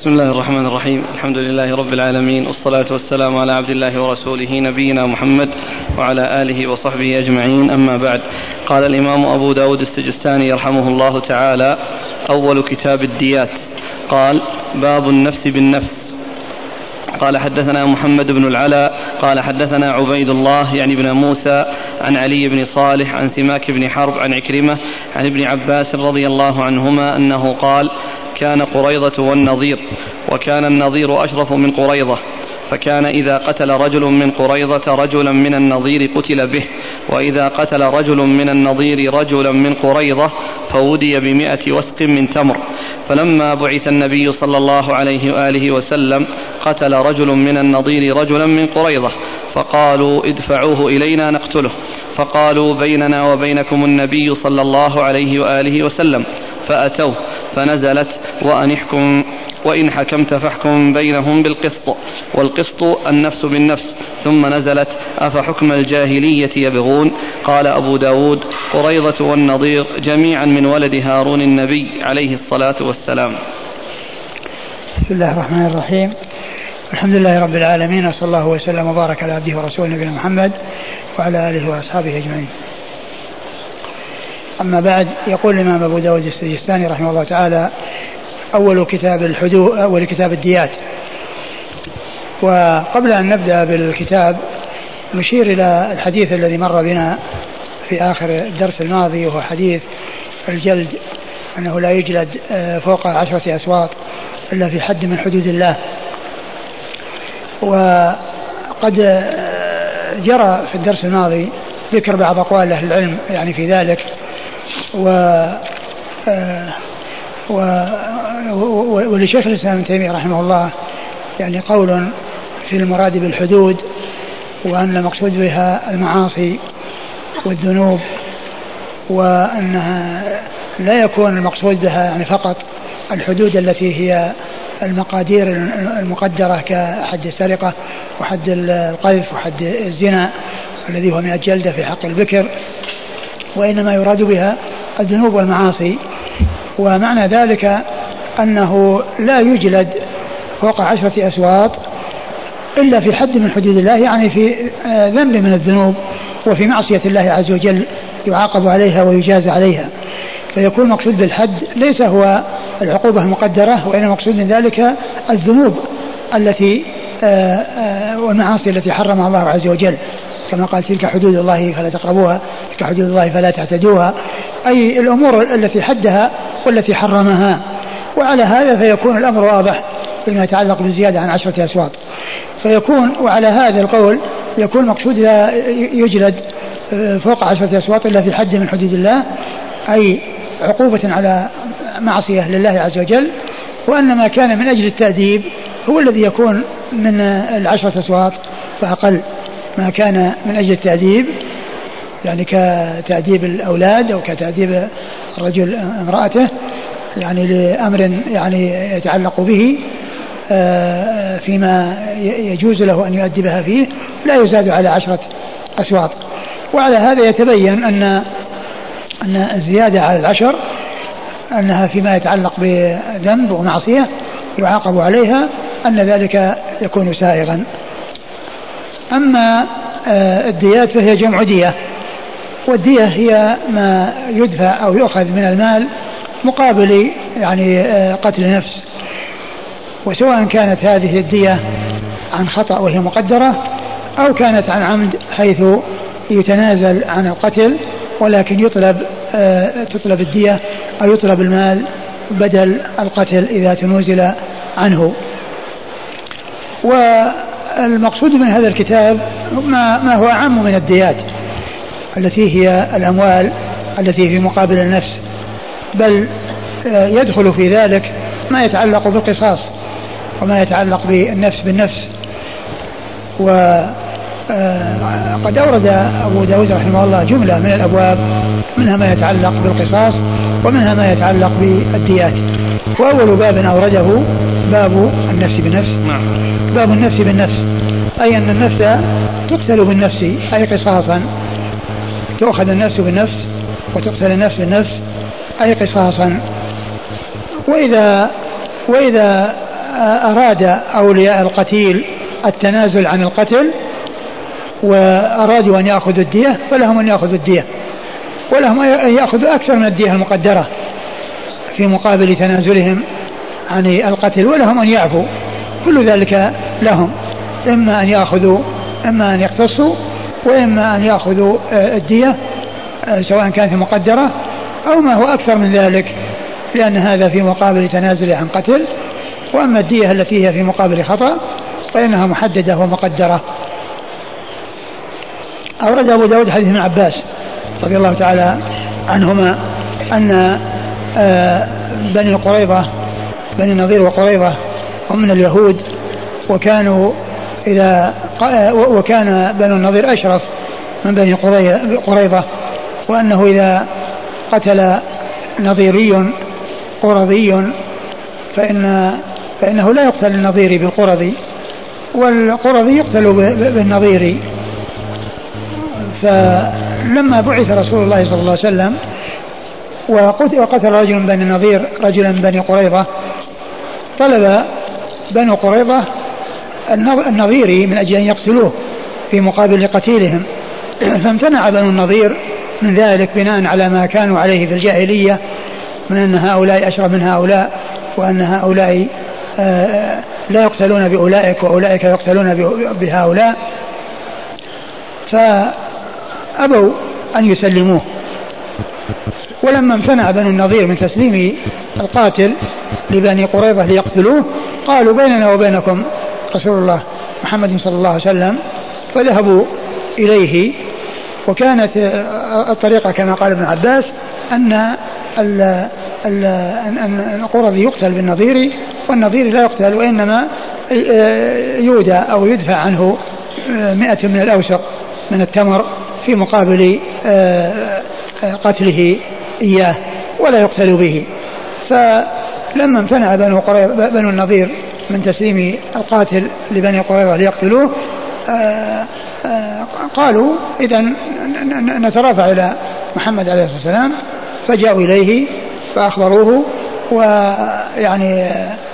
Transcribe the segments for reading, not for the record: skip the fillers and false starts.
بسم الله الرحمن الرحيم. الحمد لله رب العالمين، والصلاة والسلام على عبد الله ورسوله نبينا محمد وعلى آله وصحبه أجمعين، أما بعد. قال الإمام أبو داود السجستاني رحمه الله تعالى: أول كتاب الديات. قال: باب النفس بالنفس. قال: حدثنا محمد بن العلاء قال: حدثنا عبيد الله يعني بن موسى عن علي بن صالح عن سماك بن حرب عن عكرمة عن ابن عباس رضي الله عنهما أنه قال: كان قريضة والنضير، وكان النضير أشرف من قريضة، فكان إذا قتل رجل من قريضة رجلا من النضير قتل به، وإذا قتل رجل من النضير رجلا من قريضة فودي ب100 وسق من تمر. فلما بعث النبي صلى الله عليه وآله وسلم قتل رجل من النضير رجلا من قريضة، فقالوا: ادفعوه إلينا نقتله. فقالوا: بيننا وبينكم النبي صلى الله عليه وآله وسلم. فأتوه فنزلت: وإن حكمت فاحكم بينهم بالقسط، والقسط النفس بالنفس. ثم نزلت: أفحكم الجاهلية يبغون. قال أبو داود: قريضة والنضير جميعا من ولد هارون النبي عليه الصلاة والسلام. بسم الله الرحمن الرحيم. الحمد لله رب العالمين، وصلى الله وسلم وبارك على عبده ورسوله نبينا محمد وعلى آله وأصحابه أجمعين. أما بعد، يقول الإمام أبو داود السجستاني رحمه الله تعالى: أول كتاب الديات. وقبل أن نبدأ بالكتاب نشير إلى الحديث الذي مر بنا في آخر الدرس الماضي، وهو حديث الجلد، أنه لا يجلد فوق 10 أصوات إلا في حد من حدود الله. وقد جرى في الدرس الماضي ذكر بعض أقوال أهل العلم يعني في ذلك، ولشيخ الإسلام ابن تيمية رحمه الله يعني قول في المراد بالحدود، وأن المقصود بها المعاصي والذنوب، وأنها لا يكون المقصود بها يعني فقط الحدود التي هي المقادير المقدرة كحد السرقة وحد القذف وحد الزنا الذي هو 100 جلدة في حق البكر، وإنما يراد بها الذنوب والمعاصي. ومعنى ذلك أنه لا يجلد فوق 10 أصوات إلا في حد من حدود الله، يعني في ذنب من الذنوب وفي معصية الله عز وجل يعاقب عليها ويجاز عليها. فيكون مقصود بالحد ليس هو العقوبة المقدرة، وإنما مقصود من ذلك الذنوب التي والمعاصي التي حرمها الله عز وجل، كما قال: تلك حدود الله فلا تقربوها، تلك حدود الله فلا تعتدوها، أي الأمور التي حدها والتي حرمها. وعلى هذا فيكون الأمر واضح فيما يتعلق بالزيادة عن 10 أصوات. فيكون وعلى هذا القول يكون مقصود لا يجلد فوق 10 أصوات إلا في حد من حدود الله، أي عقوبة على معصية لله عز وجل. وأن ما كان من أجل التأديب هو الذي يكون من 10 أصوات فأقل. ما كان من أجل التأديب يعني كتأديب الأولاد أو كتأديب الرجل امرأته، يعني لأمر يعني يتعلق به فيما يجوز له أن يؤدبها فيه، لا يزاد على 10 أصوات. وعلى هذا يتبين أن الزيادة على 10 أنها فيما يتعلق بذنب ومعصية يعاقب عليها، أن ذلك يكون سائغا. أما الديات فهي جمع دية، والدية هي ما يدفع أو يؤخذ من المال مقابل يعني قتل نفس، وسواء كانت هذه الدية عن خطأ وهي مقدرة، أو كانت عن عمد حيث يتنازل عن القتل ولكن تطلب الدية أو يطلب المال بدل القتل إذا تنازل عنه. والمقصود من هذا الكتاب ما هو أعم من الديات التي هي الأموال التي في مقابل النفس، بل يدخل في ذلك ما يتعلق بالقصاص وما يتعلق بالنفس بالنفس. وقد أورد أبو داود رحمه الله جملة من الأبواب، منها ما يتعلق بالقصاص ومنها ما يتعلق بالديات. وأول باب أورده باب النفس بالنفس. باب النفس بالنفس، أي أن النفس تقتل بالنفس، أي قصاصا، تؤخذ النفس بالنفس وتقتل النفس بالنفس، أي قصاصا. وإذا أراد أولياء القتيل التنازل عن القتل وأرادوا أن يأخذوا الدية فلهم أن يأخذوا الدية، ولهم أن يأخذوا أكثر من الدية المقدرة في مقابل تنازلهم عن القتل، ولهم أن يعفوا، كل ذلك لهم، إما أن يأخذوا إما أن يقتصوا وإما أن يأخذوا الدية سواء كانت مقدرة أو ما هو أكثر من ذلك، لأن هذا في مقابل تنازل عن قتل. وأما الدية التي هي في مقابل خطأ فإنها محددة ومقدرة. أورد أبو داود حديث ابن عباس رضي الله تعالى عنهما أن بني قريظة بني النضير وقريظة هم من اليهود، وكان بنو النضير أشرف من بني قريظة، وأنه إذا قتل نضيري قرظي فإنه لا يقتل النضيري بالقرظي، والقرظي يقتل بالنضيري. فلما بعث رسول الله صلى الله عليه وسلم وقتل رجل من بني النضير رجلا من بني قريظة، طلب بنو قريظة النضيري من أجل أن يقتلوه في مقابل قتيلهم، فامتنع بنو النضير من ذلك بناء على ما كانوا عليه في الجاهلية من أن هؤلاء أشرف من هؤلاء، وأن هؤلاء لا يقتلون بأولئك وأولئك يقتلون بهؤلاء، فأبوا أن يسلموه. ولما امتنع بنو النضير من تسليم القاتل لبني قريظة ليقتلوه قالوا بيننا وبينكم رسول الله محمد صلى الله عليه وسلم، فذهبوا إليه. وكانت الطريقة كما قال ابن عباس أن القرظي يقتل بالنضير والنضير لا يقتل، وإنما يودى أو يدفع عنه 100 من الأوسق من التمر في مقابل قتله إياه ولا يقتل به. فلما امتنع بنو النضير من تسليم القاتل لبني قريظة ليقتلوه قالوا إذن نترافع إلى محمد عليه الصلاة والسلام، فجاءوا إليه فأخبروه، ويعني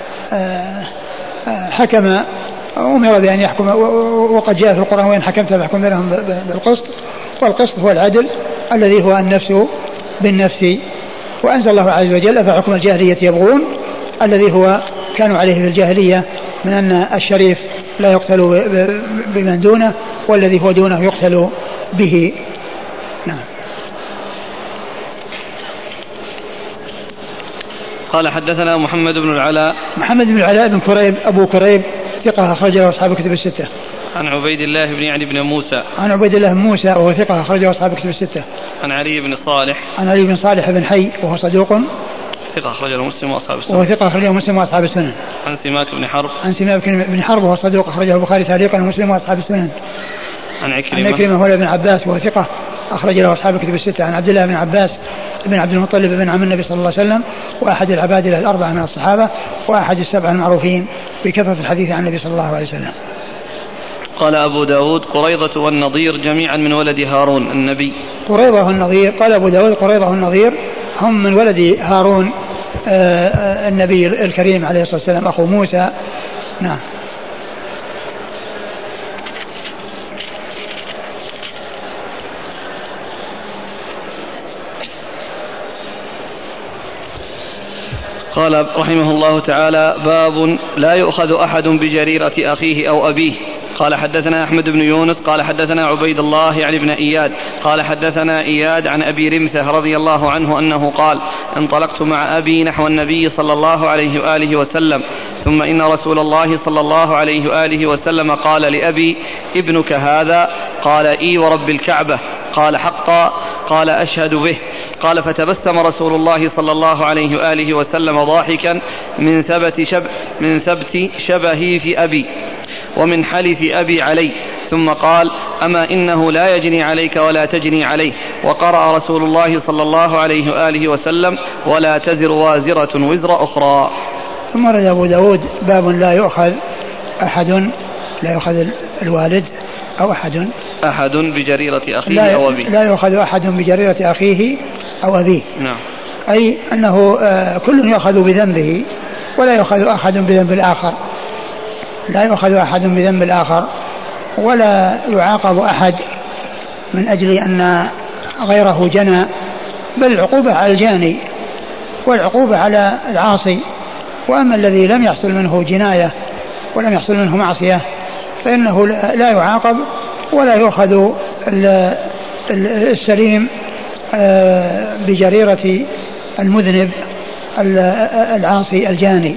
حكم أمر بأن يحكم، وقد جاء في القرآن وإن حكمت فاحكم بينهم بالقسط، والقسط هو العدل الذي هو النفس بالنفس. وأنزل الله عز وجل فحكم الجاهلية يبغون، الذي هو كانوا عليه في الجاهلية من أن الشريف لا يقتل بمن دونه والذي هو دونه يقتل به. نعم. قال حدثنا محمد بن العلاء بن كريب أبو كريب ثقة أخرجه أصحاب كتب الستة. عن عبيد الله بن يعني بن موسى وهو ثقة أخرجه أصحاب كتب الستة. عن علي بن صالح بن حي وهو صدوق ثقة أخرجه مسلم وأصحاب السنن. عن سماك بن حرب وهو صدوق أخرجه البخاري تعليقا ومسلم وأصحاب السنن. عن عكرمة هو ابن عباس وهو ثقة أخرج له أصحاب كتب الستة. عن عبد الله بن عباس بن عبد المطلب بن عم النبي صلى الله عليه وسلم، وأحد العبادلة الأربعة من الصحابة، وأحد السبعة المعروفين بكثرة الحديث عن النبي صلى الله عليه وسلم. قال أبو داود قريظة والنضير جميعا من ولد هارون النبي. قريظة والنضير، قال أبو داود قريظة والنضير هم من ولد هارون النبي الكريم عليه الصلاة والسلام أخو موسى. نعم. قال رحمه الله تعالى: باب لا يؤخذ أحد بجريرة أخيه أو أبيه. قال حدثنا أحمد بن يونس قال حدثنا عبيد الله يعني ابن إياد قال حدثنا إياد عن أبي رمثة رضي الله عنه أنه قال: انطلقت مع أبي نحو النبي صلى الله عليه وآله وسلم، ثم إن رسول الله صلى الله عليه وآله وسلم قال لأبي: ابنك هذا؟ قال: إي ورب الكعبة. قال: حقا؟ قال: أشهد به. قال: فتبسم رسول الله صلى الله عليه وآله وسلم ضاحكا من ثبت شبهي في أبي ومن حلف أبي علي، ثم قال: أما إنه لا يجني عليك ولا تجني عليه. وقرأ رسول الله صلى الله عليه وآله وسلم: ولا تزر وازرة وزر أخرى. ثم رد أبو داود باب لا يؤخذ الوالد أو أحد بجريرة أخيه أو أبيه. لا يؤخذ أحد بجريرة أخيه أو أبيه. نعم. أي أنه كل يأخذ بذنبه ولا يؤخذ أحد بذنب الآخر، لا يؤخذ أحد بذنب الآخر، ولا يعاقب أحد من أجل أن غيره جنى، بل العقوبة على الجاني والعقوبة على العاصي. وأما الذي لم يحصل منه جناية ولم يحصل منه معصية فإنه لا يعاقب ولا يؤخذ السليم بجريرة المذنب العاصي الجاني.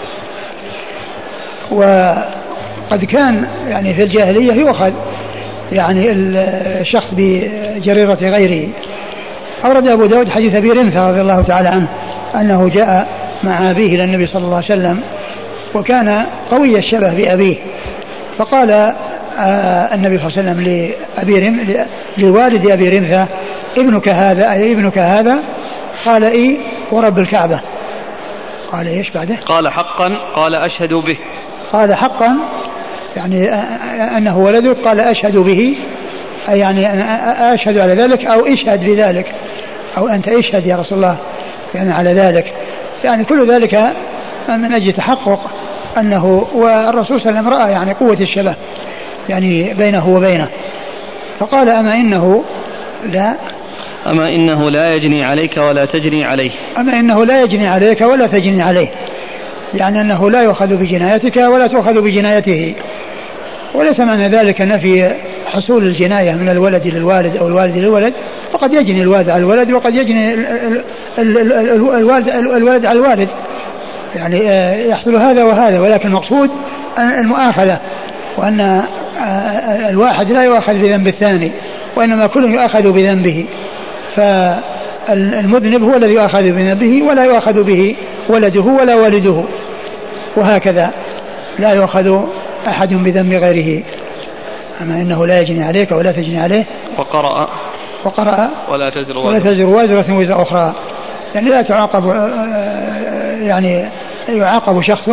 وقد كان يعني في الجاهلية يؤخذ يعني الشخص بجريرة غيره. أورد أبو داود حديث أبي رمثة رضي الله تعالى عنه أنه جاء مع أبيه إلى النبي صلى الله عليه وسلم وكان قوي الشبه بأبيه، فقال النبي صلى الله عليه وسلم لوالد أبي رمثة ابنك هذا أي ابنك هذا؟ قال إيه ورب الكعبة. قال إيش بعده؟ قال حقا. قال أشهد به. قال حقا يعني أنه ولدك. قال أشهد به أي يعني أنا أشهد على ذلك أو اشهد بذلك أو أنت اشهد يا رسول الله يعني على ذلك، يعني كل ذلك من أجل تحقق أنه والرسول صلى الله عليه وسلم رأى يعني قوة الشبه يعني بينه وبينه، فقال أما إنه لا يجني عليك ولا تجني عليه. أما إنه لا يجني عليك ولا تجني عليه، يعني أنه لا يؤخذ بجنايتك ولا تؤخذ بجنايته. وليس معنى ذلك نفي حصول الجناية من الولد للوالد أو الوالد للولد، فقد يجني الوالد على الولد وقد يجني الولد على الوالد، يعني يحصل هذا وهذا، ولكن المقصود المؤاخذة، وأن الواحد لا يؤخذ بذنب الثاني وإنما كل يؤخذ بذنبه، فالمذنب هو الذي يؤخذ بذنبه ولا يؤخذ به ولده ولا والده، وهكذا لا يؤخذ أحد بذنب غيره. أما إنه لا يجني عليك ولا تجني عليه. وقرأ ولا تزر وازرة وزر أخرى، يعني لا تعاقب يعني يعاقب شخص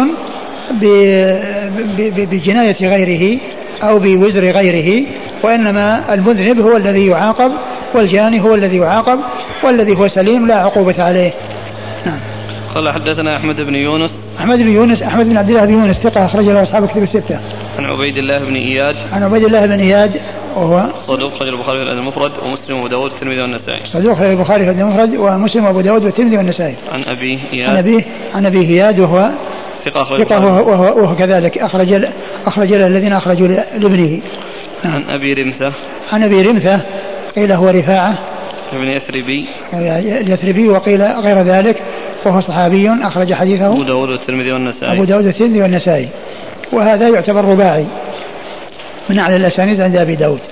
بجناية غيره أو بوزر غيره، وإنما المذنب هو الذي يعاقب والجاني هو الذي يعاقب، والذي هو سليم لا عقوبة عليه. نعم. قال حدثنا أحمد بن أحمد بن عبد الله بن يونس ثقة أخرج له أصحاب الكتب الستة. عن عبيد الله بن إياد وهو صدوق خرج البخاري في الأدب المفرد ومسلم وأبو داود والترمذي والنسائي. صدوق خرج البخاري في الأدب المفرد ومسلم وأبو داود والترمذي والنسائي. عن أبي إياد وهو ثقة وهو كذلك أخرج له الذين أخرجوا لابنه. عن أبي رمثة قيل هو رفاعة ابن يثربي وقيل غير ذلك، وهو صحابي أخرج حديثه أبو داود والترمذي والنسائي. وهذا يعتبر رباعي من أعلى الأسانيد عند أبي داود.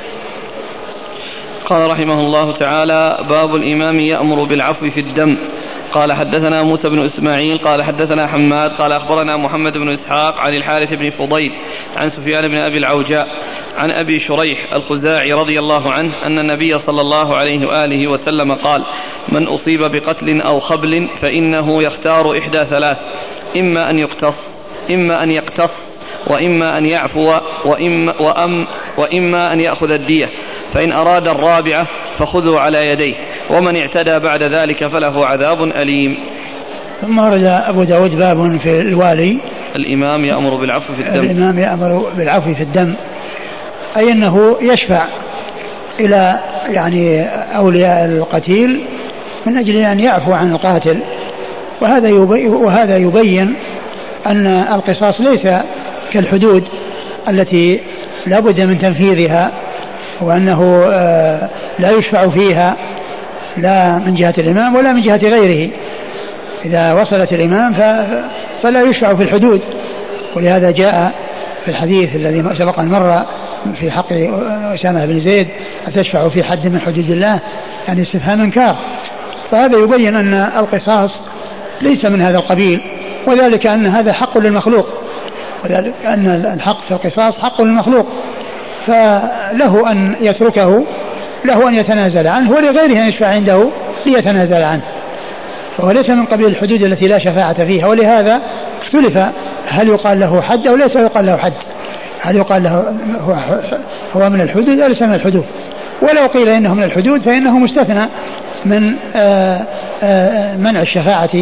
قال رحمه الله تعالى: باب الإمام يأمر بالعفو في الدم. قال حدثنا موسى بن إسماعيل قال حدثنا حماد قال أخبرنا محمد بن إسحاق عن الحارث بن فضيل عن سفيان بن أبي العوجاء عن أبي شريح الخزاعي رضي الله عنه أن النبي صلى الله عليه وآله وسلم قال: من أصيب بقتل أو خبل فإنه يختار إحدى ثلاث: إما أن يقتص وإما أن يعفو وإما أن يأخذ الدية، فإن أراد الرابعة فخذوا على يديه، ومن اعتدى بعد ذلك فله عذاب أليم. ثم ورد أبو داود باب في الوالي: الإمام يأمر بالعفو في الدم. الإمام يأمر بالعفو في الدم، أي أنه يشفع إلى يعني أولياء القتيل من أجل أن يعفو عن القاتل. وهذا يبين أن القصاص ليس كالحدود التي لا بد من تنفيذها، وأنه لا يشفع فيها لا من جهة الإمام ولا من جهة غيره. إذا وصلت الإمام فلا يشفع في الحدود، ولهذا جاء في الحديث الذي سبق أن مر في حق أسامة بن زيد: أتشفع في حد من حدود الله؟ يعني استفهام إنكار. فهذا يبين أن القصاص ليس من هذا القبيل، وذلك أن هذا حق للمخلوق، وذلك أن الحق في القصاص حق للمخلوق، فله أن يتركه، له أن يتنازل عنه، ولغيره أن يشفع عنده ليتنازل عنه، فهو ليس من قبيل الحدود التي لا شفاعة فيها. ولهذا اختلف هل يقال له حد أو ليس يقال له حد، هل يقال له هو من الحدود أو ليس من الحدود. ولو قيل إنه من الحدود فإنه مستثنى من منع الشفاعة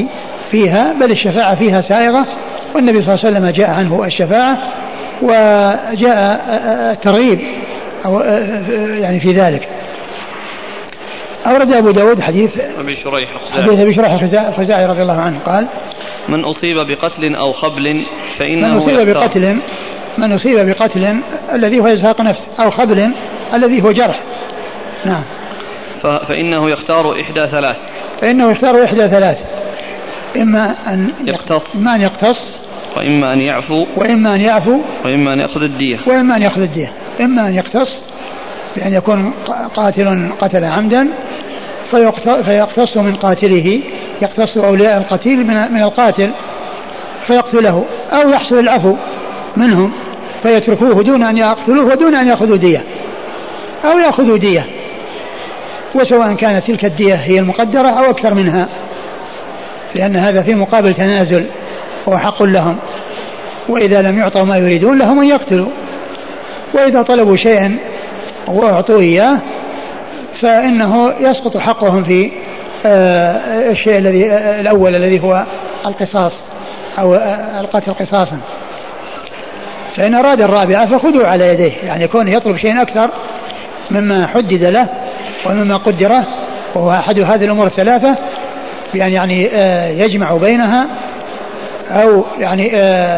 فيها، بل الشفاعة فيها سائغة، والنبي صلى الله عليه وسلم جاء عنه الشفاعة وجاء الترغيب أو يعني في ذلك. أورد أبو داود حديث أبي شريح الخزاعي رضي الله عنه قال: من أصيب بقتل أو خبل فإنه من أصيب بقتل الذي هو إزهاق نفس أو خبل الذي هو جرح، نعم، فإنه يختار إحدى ثلاث، إما أن يقتص وإما أن يعفو وإما أن يأخذ الدية. إما أن يقتص بأن يكون قاتل قتل عمدا فيقتص من قاتله، يقتص أولياء القتيل من القاتل فيقتله، أو يحصل العفو منهم فيتركوه دون أن يقتلوه ودون أن يأخذوا دية، أو يأخذوا دية، وسواء كانت تلك الدية هي المقدرة أو أكثر منها، لأن هذا في مقابل تنازل وهو حق لهم، وإذا لم يعطوا ما يريدون لهم أن يقتلوا، وإذا طلبوا شيئا وأعطوا إياه فإنه يسقط حقهم في الشيء الأول الذي هو القصاص أو القتل قصاصا. فإن أراد الرابعة فخذوا على يديه، يعني يكون يطلب شيء أكثر مما حدد له ومما قدره، وهو أحد هذه الأمور الثلاثة، يعني يجمع بينها أو يعني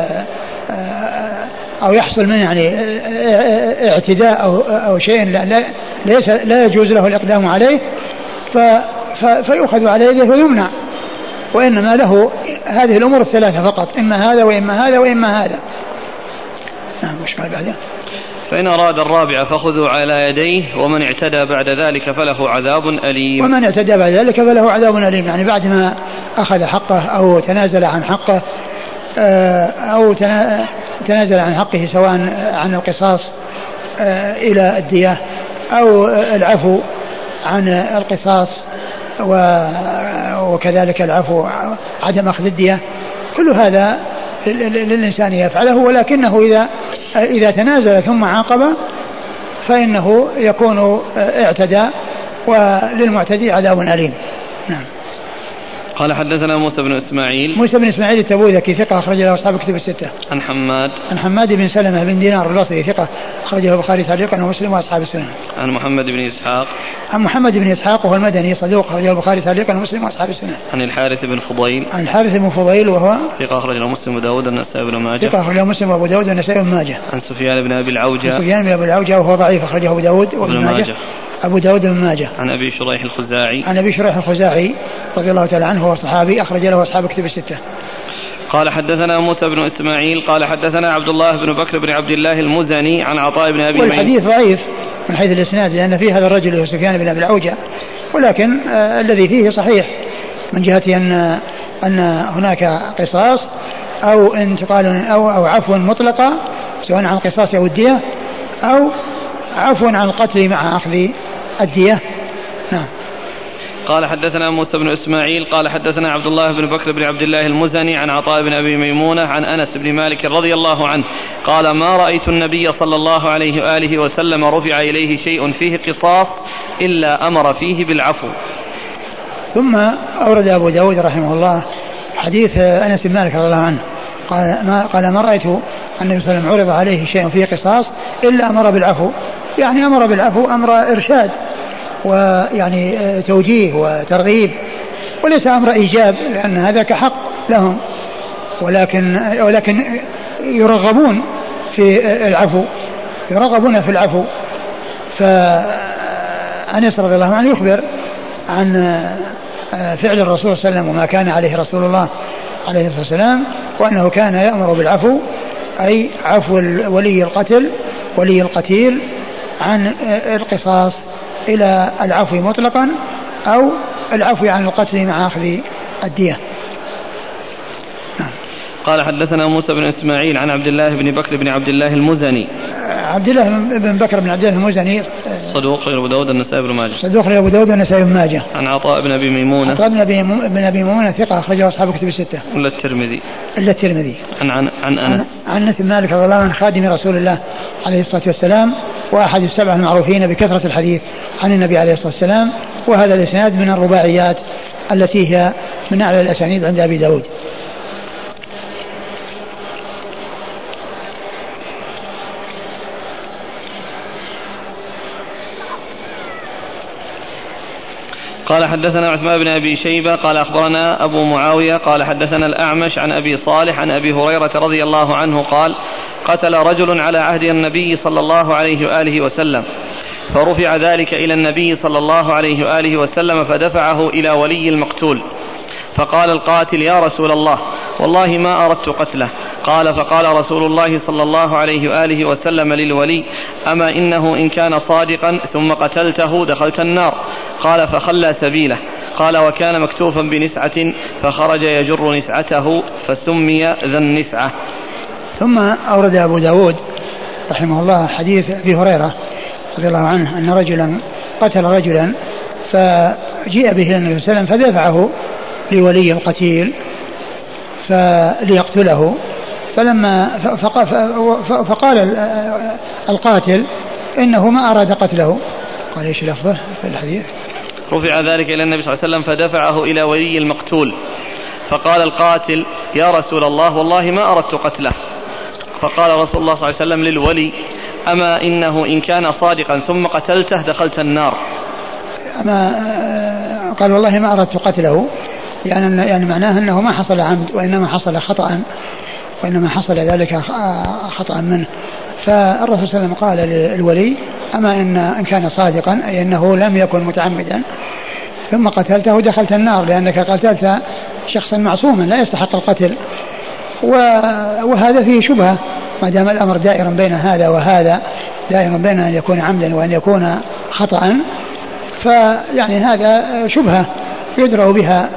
أو يحصل منه يعني اعتداء أو شيء لا يجوز له الإقدام عليه فيؤخذ على يده ويمنع، وإنما له هذه الأمور الثلاثة فقط، إما هذا وإما هذا وإما هذا. نعم. مش قال بعدين: فإن أراد الرابع فخذوا على يديه ومن اعتدى بعد ذلك فله عذاب أليم. يعني بعد ما أخذ حقه أو تنازل عن حقه أو تنازل عن حقه سواء عن القصاص إلى الدية أو العفو عن القصاص وكذلك العفو عدم أخذ الدية، كل هذا للإنسان يفعله، ولكنه إذا تنازل ثم عاقب فإنه يكون اعتدى، وللمعتدي عذاب أليم. نعم. قال: حدثنا موسى بن إسماعيل التبوذكي ثقة أخرج له أصحاب الكتب الستة. عن حماد بن سلمة بن دينار البصري ثقة أخرجه البخاري تعليقا ومسلم وأصحاب السنن. عن محمد بن إسحاق وهو المدني صدوق أخرجه البخاري تعليقا ومسلم وأصحاب السنن. عن الحارث بن فضيل وهو ثقة أخرجه مسلم وداود والنسائي بن ماجه. ثقة أخرجه مسلم وأبو داود والنسائي بن ماجه. عن سفيان بن أبي العوجة وهو ضعيف أخرجه أبو داود وابن ماجه. أبو داود بن ماجه. عن أبي شريح الخزاعي رضي الله تعالى عنه، هو صحابي أخرج له أصحاب كتب الستة. قال: حدثنا موسى بن إسماعيل قال حدثنا عبد الله بن بكر بن عبد الله المزني عن عطاء بن أبي ميمون. والحديث ضعيف من حيث الإسناد، لأن فيه هذا الرجل هو سفيان بن أبي العوجة، ولكن الذي فيه صحيح من جهة أن هناك قصاص أو انتقال أو عفو مطلقة سواء عن القصاص أو الدية، أو عفو عن القتل مع أخذ الدية. نعم. قال: حدثنا موسى بن إسماعيل قال حدثنا عبد الله بن بكر بن عبد الله المزني عن عطاء بن أبي ميمونة عن أنس بن مالك رضي الله عنه قال: ما رأيت النبي صلى الله عليه وآله وسلم رفع إليه شيء فيه قصاص إلا أمر فيه بالعفو. ثم أورد أبو داود رحمه الله حديث أنس بن مالك رضي الله عنه قال: ما رأيت النبي صلى الله عليه وسلم عرض عليه شيء فيه قصاص إلا أمر بالعفو، يعني أمر بالعفو أمر إرشاد ويعني توجيه وترغيب، وليس أمر إيجاب، لأن هذا كحق لهم، ولكن يرغبون في العفو. فأنس رضي الله عنه يخبر عن فعل الرسول صلى الله عليه وسلم وما كان عليه رسول الله عليه الصلاة والسلام، وأنه كان يأمر بالعفو، أي عفو ولي القتيل عن القصاص إلى العفو مطلقا أو العفو عن القتل مع أخذ الدية. قال: حدثنا موسى بن إسماعيل عن عبد الله بن بكر بن عبد الله المزني. عبد الله بن بكر بن عبد الله المزني صدوق أبو داود والنسائي بن ماجه. عن عطاء بن أبي ميمونة. بن أبي ميمونة ثقة أخرجه أصحاب كتب الستة إلا الترمذي. عن أنس بن مالك رضي الله عنه خادم رسول الله عليه الصلاة والسلام، وأحد السبع المعروفين بكثرة الحديث عن النبي عليه الصلاة والسلام، وهذا الإسناد من الرباعيات التي هي من أعلى الأسانيد عند أبي داود. قال حدثنا عثمان بن أبي شيبة قال أخبرنا أبو معاوية قال حدثنا الأعمش عن أبي صالح عن أبي هريرة رضي الله عنه قال قتل رجل على عهد النبي صلى الله عليه وآله وسلم، فرفع ذلك إلى النبي صلى الله عليه وآله وسلم فدفعه إلى ولي المقتول، فقال القاتل يا رسول الله والله ما أردت قتله. قال فقال رسول الله صلى الله عليه وآله وسلم للولي أما إنه إن كان صادقا ثم قتلته دخلت النار. قال فخلى سبيله. قال وكان مكتوفا بنسعة فخرج يجر نسعته فسمي ذا النسعة. ثم أورد أبو داود رحمه الله حديث أبي هريرة رضي الله عنه أن رجلا قتل رجلا فجيء به النبي صلى الله عليه وسلم فدفعه لولي القتيل ليقتله، فلما فقال القاتل إنه ما أراد قتله. قال إيش لفظه في الحديث؟ رفع ذلك إلى النبي صلى الله عليه وسلم فدفعه إلى ولي المقتول، فقال القاتل يا رسول الله والله ما أردت قتله. فقال رسول الله صلى الله عليه وسلم للولي أما إنه إن كان صادقا ثم قتلته دخلت النار. قال والله ما أردت قتله، يعني معناه أنه ما حصل عمد وإنما حصل خطأ، وإنما حصل ذلك خطأ منه. فالرسول صلى الله عليه وسلم قال للولي أما إن كان صادقا أي أنه لم يكن متعمدا ثم قتلته دخلت النار، لأنك قتلت شخصا معصوما لا يستحق القتل، وهذا فيه شبهة ما دام الأمر دائر بين هذا وهذا، دائر بين أن يكون عمدا وأن يكون خطأ، فيعني هذا شبهة يدرأ بها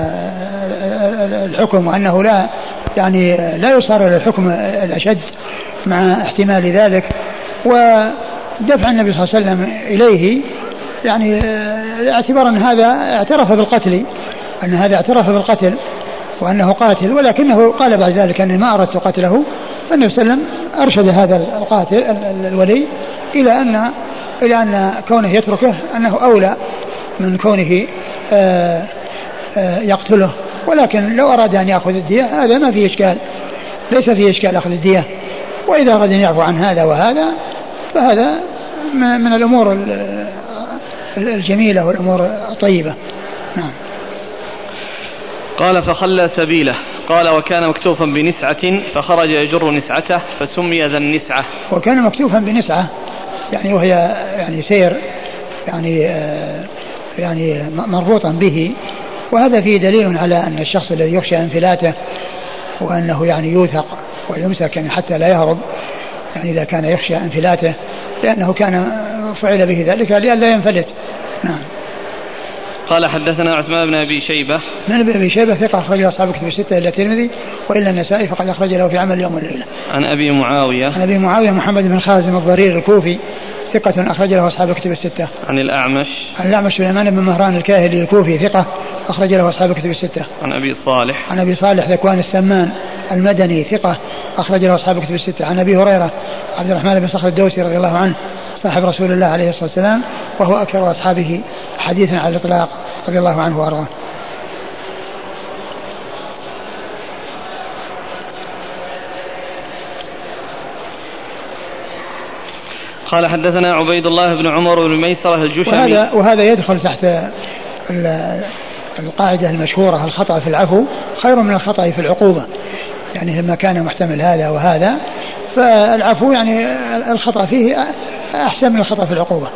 الحكم، وأنه لا يعني لا يصار إلى الحكم الأشد مع احتمال ذلك. ودفع النبي صلى الله عليه وسلم إليه يعني اعتبارا هذا اعترف بالقتل، أن هذا اعترف بالقتل وأنه قاتل، ولكنه قال بعد ذلك أني ما أردت قتله. فالنبي صلى الله عليه وسلم أرشد هذا القاتل الولي إلى أن كونه يتركه أنه أولى من كونه يقتله، ولكن لو أراد أن يأخذ الدية هذا ما فيه إشكال، ليس فيه إشكال أخذ الدية. وإذا أراد أن يعفو عن هذا وهذا فهذا من الأمور الجميلة والأمور الطيبة. نعم. قال فخلى سبيله. قال وكان مكتوفا بنسعة فخرج يجر نسعته فسمي ذا النسعة. وكان مكتوفا بنسعة يعني وهي يعني سير يعني مربوطا به، وهذا فيه دليل على أن الشخص الذي يخشى انفلاته وأنه يعني يوثق ويمسك يعني حتى لا يهرب، يعني إذا كان يخشى انفلاته، لأنه كان فعل به ذلك لئلا ينفلت. نعم. قال حدثنا عثمان بن أبي شيبة. من أبي شيبة ثقة أخرج أصحاب الكتب الستة إلا الترمذي وإلا النسائي فقد أخرج له في عمل يوم والليلة. عن أبي معاوية محمد بن خازم الضرير الكوفي ثقة أخرج له أصحاب الكتب الستة. عن الأعمش سليمان بن مهران الكاهلي الكوفي ثقة أخرج له أصحاب الكتب الستة. عن أبي صالح ذكوان السمان المدني ثقة أخرج له أصحاب الكتب الستة. عن أبي هريرة عبد الرحمن بن صخر الدوسي رضي الله عنه صاحب رسول الله عليه الصلاة والسلام، وهو أكثر أصحابه حديثا على الإطلاق رضي الله عنه وأرضاه. قال حدثنا عبيد الله بن عمر بن ميسرة الجشمي. وهذا يدخل تحت القاعدة المشهورة الخطأ في العفو خير من الخطأ في العقوبة، يعني لما كان محتمل هذا وهذا فالعفو يعني الخطأ فيه أحسن من الخطأ في العقوبة.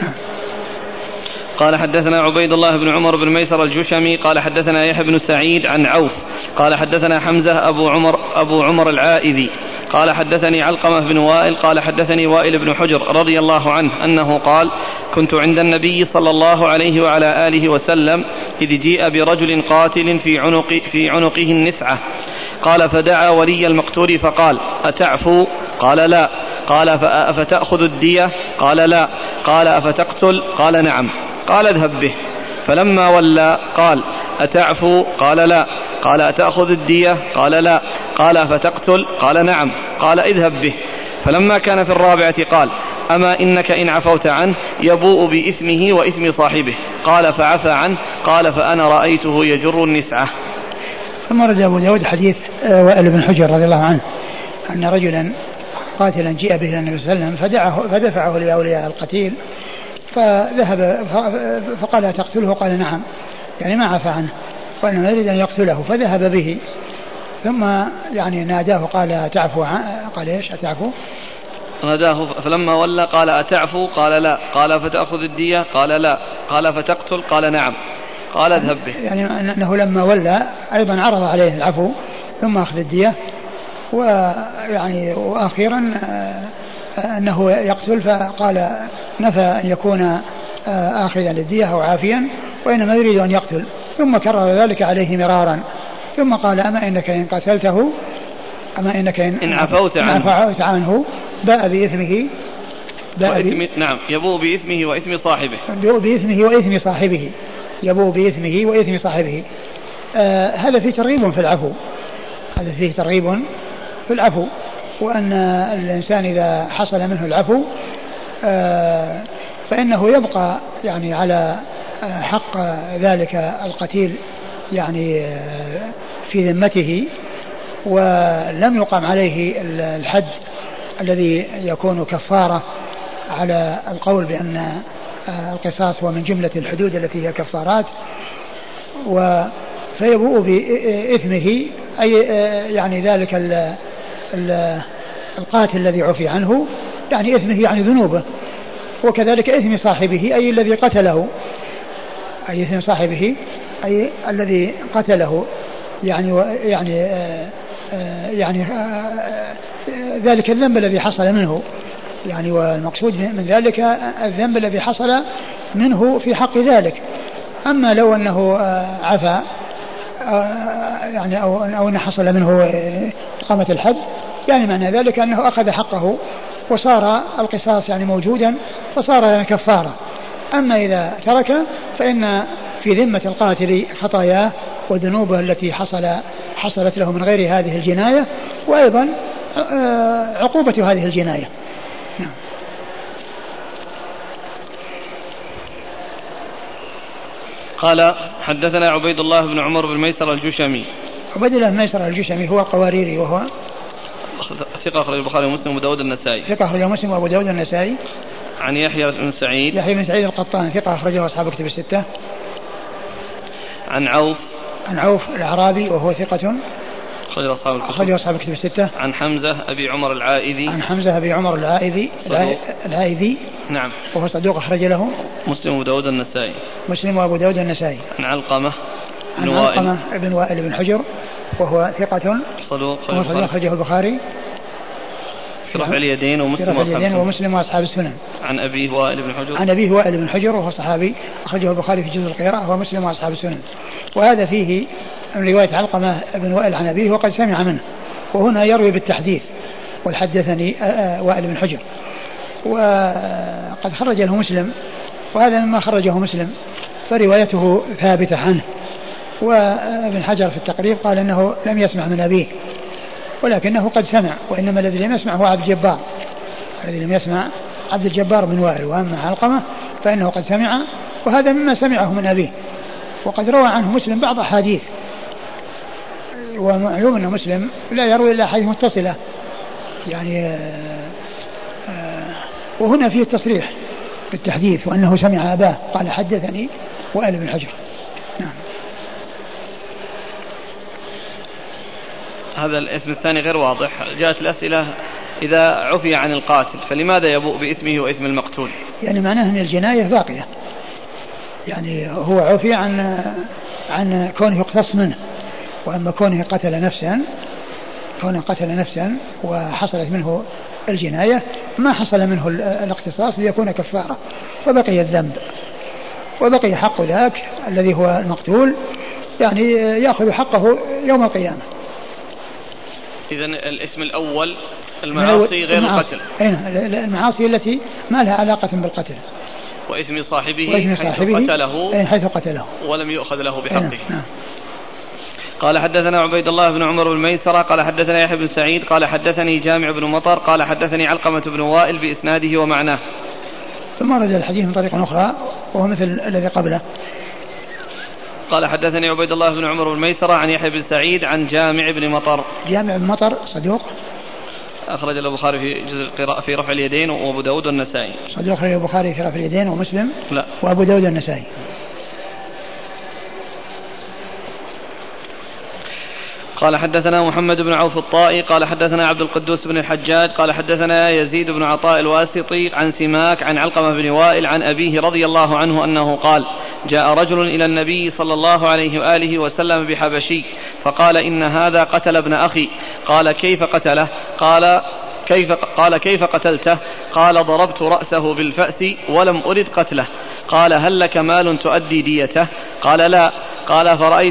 قال حدثنا عبيد الله بن عمر بن ميسر الجشمي قال حدثنا يحيى بن سعيد عن عوف قال حدثنا حمزة أبو عمر العائذي قال حدثني علقمة بن وائل قال حدثني وائل بن حجر رضي الله عنه أنه قال كنت عند النبي صلى الله عليه وعلى آله وسلم إذ جيء برجل قاتل في عنقه النسعة. قال فدعا ولي المقتول فقال أتعفو؟ قال لا. قال أفتأخذ الدية؟ قال لا. قال أفتقتل؟ قال نعم. قال اذهب به. فلما ولى قال أتعفو؟ قال لا. قال أتأخذ الدية؟ قال لا. قال أفتقتل؟ قال نعم. قال اذهب به. فلما كان في الرابعة قال أما إنك إن عفوت عنه يبوء بإثمه وإثم صاحبه. قال فعفى عنه قال فأنا رأيته يجر النسعة. ثم رد أبو داود حديث وائل بن حجر رضي الله عنه أن رجلا قاتلا جيء به النبي صلى الله عليه وسلم فدفعه لأولياء القتيل فذهب فقال تقتله؟ قال نعم، يعني ما عفى عنه وأنه يريد أن يقتله، فذهب به ثم يعني ناداه قال أتعفو؟ قال ايش أتعفو؟ ناداه فلما ولى قال أتعفو؟ قال لا. قال فتأخذ الدية؟ قال لا. قال فتقتل؟ قال نعم. قال اذهب به. يعني أنه لما ولى أيضا عرض عليه العفو ثم أخذ الدية، ويعني وأخيرا أنه يقتل، فقال نفى أن يكون آخذا للدية أو عافيا وإنما يريد أن يقتل، ثم كرر ذلك عليه مرارا، ثم قال أما إنك إن قتلته أما إنك إن عفوت عنه باء بإثمه نعم يبوء بإثمه وإثم صاحبه. يبوء بإثمه وإثم صاحبه. يبوء بإثمه وإثم صاحبه. هذا فيه ترغيب في العفو. هذا فيه ترغيب في العفو، وأن الإنسان إذا حصل منه العفو فإنه يبقى يعني على حق ذلك القتيل يعني في ذمته، ولم يقام عليه الحد الذي يكون كفارة على القول بأن القصاص هو من جملة الحدود التي هي كفارات، فيبوء بإثمه أي يعني ذلك القاتل الذي عفي عنه، يعني إثمه يعني ذنوبه، وكذلك إثم صاحبه أي الذي قتله، أي إثم صاحبه أي الذي قتله، يعني ذلك الذنب الذي حصل منه، يعني والمقصود من ذلك الذنب الذي حصل منه في حق ذلك. أما لو أنه عفا يعني أو أن حصل منه إقامة الحد، يعني معنى ذلك أنه أخذ حقه وصار القصاص يعني موجودا فصار كفارة. أما إذا ترك فإن في ذمة القاتل خطاياه وذنوبه التي حصلت له من غير هذه الجناية، وأيضا عقوبة هذه الجناية. نعم. قال حدثنا عبيد الله بن عمر بن ميسر الجشمي. عبيد الله بن ميسر الجشمي هو القواريري، وهو ثقة أخرج البخاري ومسلم وأبو داود النسائي. ثقة أخرج مسلم وأبو داود النسائي. عن يحيى بن سعيد. يحيى بن سعيد القطان ثقة أخرجه أصحاب كتب الستة. عن عوف الأعرابي وهو ثقة أخرج أصحاب كتب الستة. عن حمزة أبي عمر العائذي. نعم. وهو صدوق أخرج له مسلم وأبو داود النسائي. عن علقمة بن وائل بن حجر وهو ثقة صدوق أخرجه البخاري في رفع اليدين ومسلم وأصحاب السنن. عن أبيه وائل بن حجر وهو صحابي أخرجه البخاري في جزء القراءة ومسلم وأصحاب السنن. وهذا فيه من رواية علقمة بن وائل عن أبيه وقد سمع منه، وهنا يروي بالتحديث والحدثني وائل بن حجر، وقد خرج له مسلم، وهذا مما خرجه مسلم فروايته ثابتة عنه. وابن حجر في التقريب قال أنه لم يسمع من أبيه ولكنه قد سمع، وإنما الذي لم يسمع هو الذي لم يسمع عبد الجبار بن وائل. وأما علقمة فإنه قد سمع، وهذا مما سمعه من أبيه. وقد روى عنه مسلم بعض أحاديث، ومعلوم أن مسلم لا يروي إلا أحاديث متصلة يعني وهنا فيه التصريح بالتحديث وأنه سمع أباه قال حدثني وائل بن حجر. نعم. هذا الاسم الثاني غير واضح. جاءت الأسئلة إذا عفي عن القاتل فلماذا يبوء بإثمه وإثم المقتول؟ يعني معناه أن الجناية باقية، يعني هو عفي عن كونه يقتص منه، وأما كونه قتل نفسا وحصلت منه الجناية ما حصل منه الاقتصاص ليكون كفارة، وبقي الذنب وبقي حق ذاك الذي هو المقتول، يعني يأخذ حقه يوم القيامة. إذن الاسم الأول المعاصي غير القتل. المعاصي التي ما لها علاقة بالقتل. وإثم صاحبه حيث قتله ولم يؤخذ له بحقه. نعم. قال حدثنا عبيد الله بن عمر بن ميسرة قال حدثنا يحيى بن سعيد قال حدثني جامع بن مطر قال حدثني علقمة بن وائل بإسناده ومعناه. ثم رد الحديث من طريق أخرى وهو مثل الذي قبله. قال حدثني عبيد الله بن عمر بن ميسرة عن يحيى بن سعيد عن جامع بن مطر. جامع بن مطر صدوق أخرج البخاري في جزء القراءة في رفع اليدين وأبو داود والنسائي. صدوق أخرج البخاري في رفع اليدين ومسلم لا وأبو داود والنسائي. قال حدثنا محمد بن عوف الطائي قال حدثنا عبد القدوس بن الحجاج قال حدثنا يزيد بن عطاء الواسطي عن سماك عن علقمة بن وائل عن أبيه رضي الله عنه أنه قال جاء رجل إلى النبي صلى الله عليه وآله وسلم بحبشي فقال إن هذا قتل ابن أخي. قال كيف قتله؟ قال كيف قتلته؟ قال ضربت رأسه بالفأس ولم أرد قتله. قال هل لك مال تؤدي ديته؟ قال لا. قال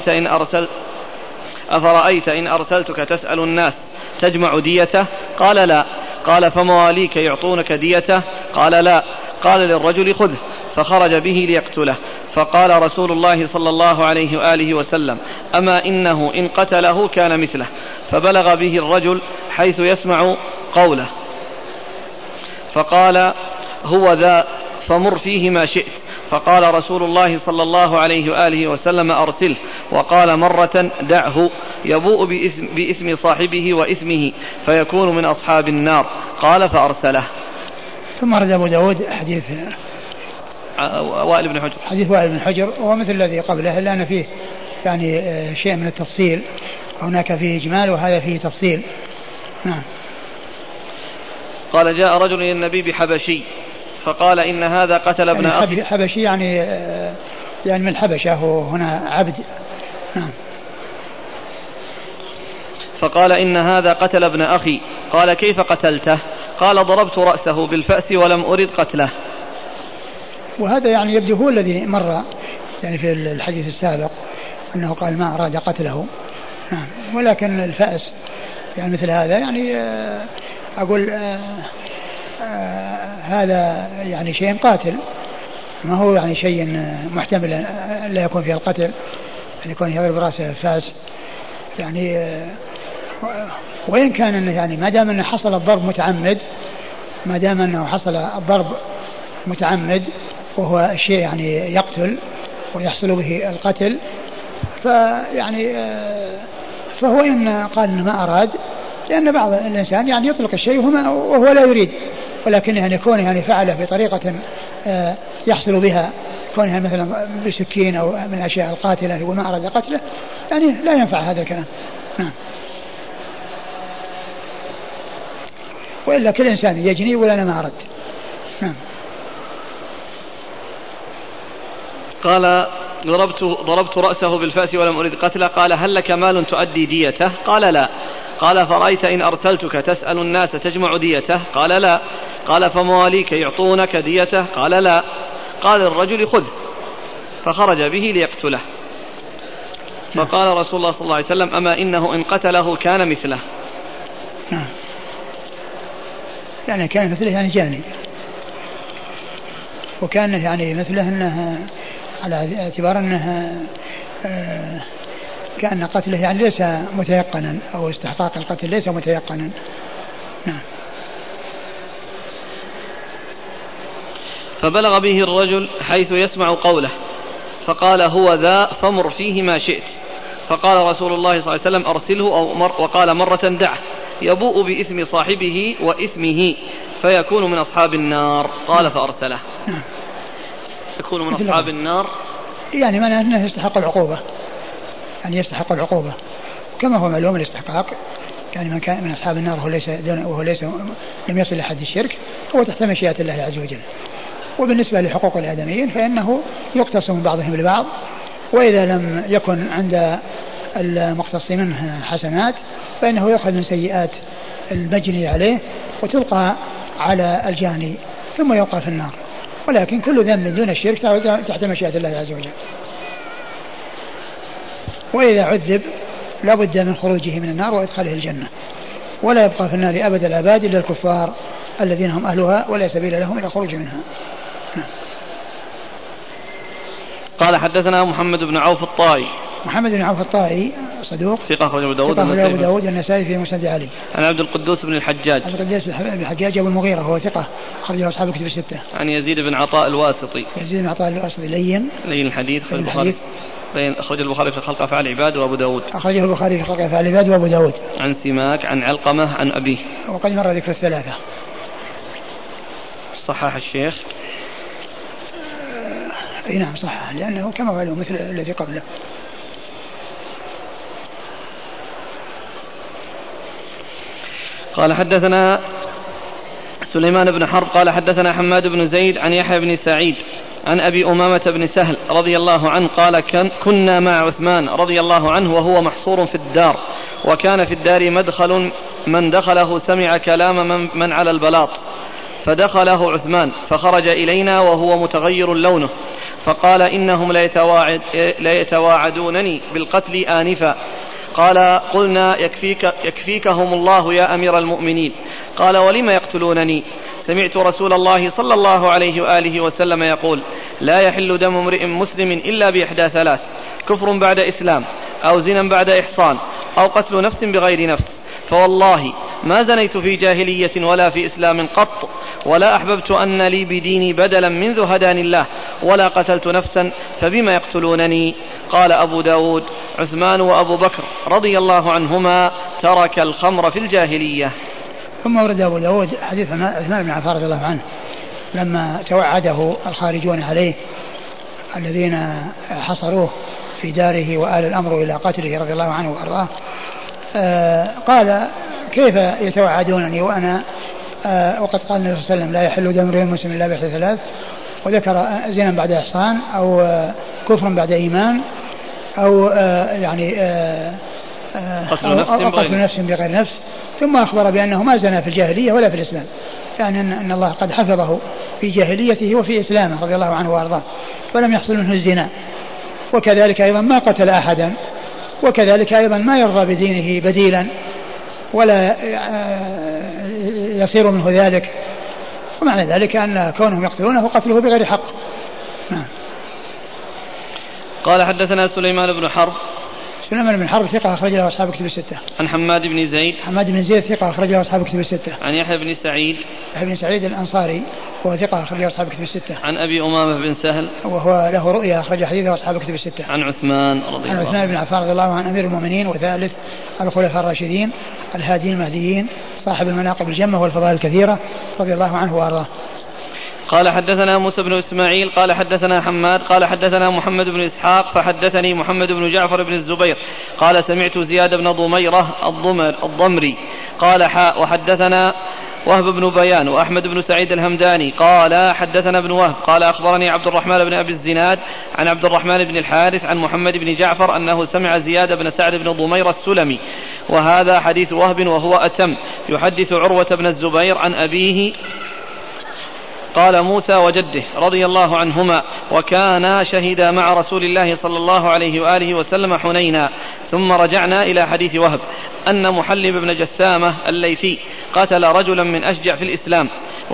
أفرأيت إن أرسلتك تسأل الناس تجمع ديته؟ قال لا. قال فمواليك يعطونك ديته؟ قال لا. قال للرجل خذه، فخرج به ليقتله. فقال رسول الله صلى الله عليه وآله وسلم أما إنه إن قتله كان مثله. فبلغ به الرجل حيث يسمع قوله فقال هو ذا فمر فيه ما شئت. فقال رسول الله صلى الله عليه وآله وسلم أرسله. وقال مرة دعه يبوء بإثم صاحبه وإثمه فيكون من أصحاب النار. قال فأرسله. ثم رد أبو داود حديث وائل بن حجر، حديث وائل بن حجر وهو مثل الذي قبله إلا أن فيه يعني شيء من التفصيل، هناك فيه إجمال وهذا فيه تفصيل. نعم. قال جاء رجل إلى النبي بحبشي فقال إن هذا قتل ابن أخي. حبشي يعني من الحبشة وهنا عبد. نعم. فقال إن هذا قتل ابن أخي. قال كيف قتلته؟ قال ضربت رأسه بالفأس ولم أرد قتله. وهذا يعني يبدو هو الذي مر يعني في الحديث السابق أنه قال ما أراد قتله. نعم. ولكن الفأس يعني مثل هذا يعني أقول هذا يعني شيء قاتل، ما هو يعني شيء محتمل لا يكون فيه القتل، أن يكون يضرب رأسه فاس يعني. وإن كان أنه يعني ما دام أنه حصل الضرب متعمد، ما دام أنه حصل الضرب متعمد وهو شيء يعني يقتل ويحصل به القتل، فيعني فهو إن قال إنه ما أراد، لأن بعض الإنسان يعني يطلق الشيء وهو لا يريد، ولكن يعني كونه يعني فعله بطريقة يحصل بها، كونها مثلا بسكين أو من الأشياء القاتلة وما أراد قتله، يعني لا ينفع هذا الكلام. نعم. وإلا كل إنسان يجني ولا أنا ما أردت. نعم. قال ضربت رأسه بالفأس ولم أرد قتله. قال هل لك مال تؤدي ديته؟ قال لا. قال فرأيت إن أرسلتك تسأل الناس تجمع ديته؟ قال لا. قال فمواليك يعطونك ديته؟ قال لا. قال الرجل خذ، فخرج به ليقتله. فقال رسول الله صلى الله عليه وسلم أما إنه إن قتله كان مثله. يعني كان مثله يعني جاني، وكان يعني مثله أنه على اعتبار أنه كأن قتله يعني ليس متيقنا، أو استحقاق القتل ليس متيقنا. نعم. فبلغ به الرجل حيث يسمع قوله فقال هو ذا فمر فيه ما شئت. فقال رسول الله صلى الله عليه وسلم أرسله وقال مرة دعه يبوء بإثم صاحبه وإثمه فيكون من أصحاب النار. قال فأرسله. يكون من أصحاب النار يعني معناه أنه يستحق العقوبة، يعني يستحق العقوبة كما هو معلوم الاستحقاق، يعني من كان من أصحاب النار وهو ليس لم يصل لحد الشرك هو تحت مشيئة الله عز وجل. وبالنسبة لحقوق الآدميين فإنه يقتص من بعضهم البعض، وإذا لم يكن عند المقتص منه حسنات فإنه يأخذ من سيئات المجني عليه وتلقى على الجاني ثم يوقع في النار. ولكن كل ذنب دون الشرك تحت مشيئة الله عز وجل. وإذا عذب لا بد من خروجه من النار وإدخاله الجنة، ولا يبقى في النار أبد الآباد إلا الكفار الذين هم أهلها ولا سبيل لهم إلى خروج منها. قال حدثنا محمد بن عوف الطائي. محمد بن عوف الطائي صدوق ثقة أخرجه أبو داود والنسائي في مسند علي. عن عبد القدوس بن الحجاج. عبد القدوس بن الحجاج أبو المغيرة هو ثقة أخرجه أصحاب الكتب الستة. عن يزيد بن عطاء الواسطي. يزيد بن عطاء الواسطي لين الحديث في أخرج البخاري في خلق أفعال العباد وأبو داود. أخرجه البخاري في خلق أفعال العباد وأبو داود. عن سماك عن علقمة عن أبيه. وقد مر ذكر الثلاثة. صحح الشيخ. اي نعم صحح لأنه كما قالوا مثل الذي قبله. قال حدثنا سليمان بن حرب قال حدثنا حماد بن زيد عن يحيى بن سعيد عن أبي أمامة بن سهل رضي الله عنه قال كنا مع عثمان رضي الله عنه وهو محصور في الدار، وكان في الدار مدخل من دخله سمع كلام من على البلاط، فدخله عثمان فخرج إلينا وهو متغير لونه، فقال إنهم ليتواعدونني بالقتل آنفا. قال قلنا يكفيكهم الله يا أمير المؤمنين. قال ولم يقتلونني؟ سمعت رسول الله صلى الله عليه وآله وسلم يقول لا يحل دم امرئ مسلم إلا بإحدى ثلاث: كفر بعد إسلام، أو زنا بعد إحصان، أو قتل نفس بغير نفس. فوالله ما زنيت في جاهلية ولا في إسلام قط، ولا أحببت أن لي بديني بدلا منذ هداني الله، ولا قتلت نفسا، فبما يقتلونني؟ قال أبو داود عثمان وأبو بكر رضي الله عنهما ترك الخمر في الجاهلية. ثم ورد أبو داود حديث عثمان بن عفان رضي الله عنه لما توعده الخارجون عليه الذين حصروه في داره وآل الأمر إلى قتله رضي الله عنه وأرضاه، قال كيف يتوعدونني وأنا وقد قال النبي صلى الله عليه وسلم لا يحل دم امرئ مسلم إلا بإحدى ثلاث، وذكر زنا بعد إحصان، أو كفر بعد إيمان، أو قتل نفس بغير نفس، ثم أخبر بأنه ما زنا في الجاهلية ولا في الإسلام، يعني أن الله قد حفظه في جاهليته وفي إسلامه رضي الله عنه وأرضاه، ولم يحصل منه الزنا، وكذلك أيضا ما قتل أحدا، وكذلك أيضا ما يرضى بدينه بديلا ولا يصير منه ذلك، ومعنى ذلك أن كونهم يقتلونه قتله بغير حق. قال حدثنا سليمان بن حرب. سليمان بن حرب ثقة أخرج له أصحاب كتب الستة. عن حماد بن زيد. حماد بن زيد ثقة أخرج له أصحاب كتب الستة. عن يحيى بن سعيد. يحيى بن سعيد الأنصاري وهو ثقة أخرج له أصحاب كتب الستة. عن أبي أمامة بن سهل وهو له رؤيا أخرج حديثه أصحاب كتب الستة. عن عثمان رضي الله عنه. عن عثمان بن عفان رضي الله عنه أمير المؤمنين وثالث الخلفاء الراشدين الهاديين المهديين صاحب المناقب الجمة والفضائل الكثيرة رضي الله عنه وأرضاه. قال حدثنا موسى بن إسماعيل قال حدثنا حماد قال حدثنا محمد بن إسحاق فحدثني محمد بن جعفر بن الزبير قال سمعت زياد بن ضميرة الضمري قال وحدثنا وهب بن بيان وأحمد بن سعيد الهمداني قال حدثنا ابن وهب قال أخبرني عبد الرحمن بن أبي الزناد عن عبد الرحمن بن الحارث عن محمد بن جعفر أنه سمع زياد بن سعد بن ضميرة السلمي، وهذا حديث وهب وهو أتم، يحدث عروة بن الزبير عن أبيه قال موسى وجده رضي الله عنهما وكانا شهدا مع رسول الله صلى الله عليه وآله وسلم حنينا. ثم رجعنا إلى حديث وهب أن محلب بن جسامة الليثي قتل رجلا من أشجع في الإسلام،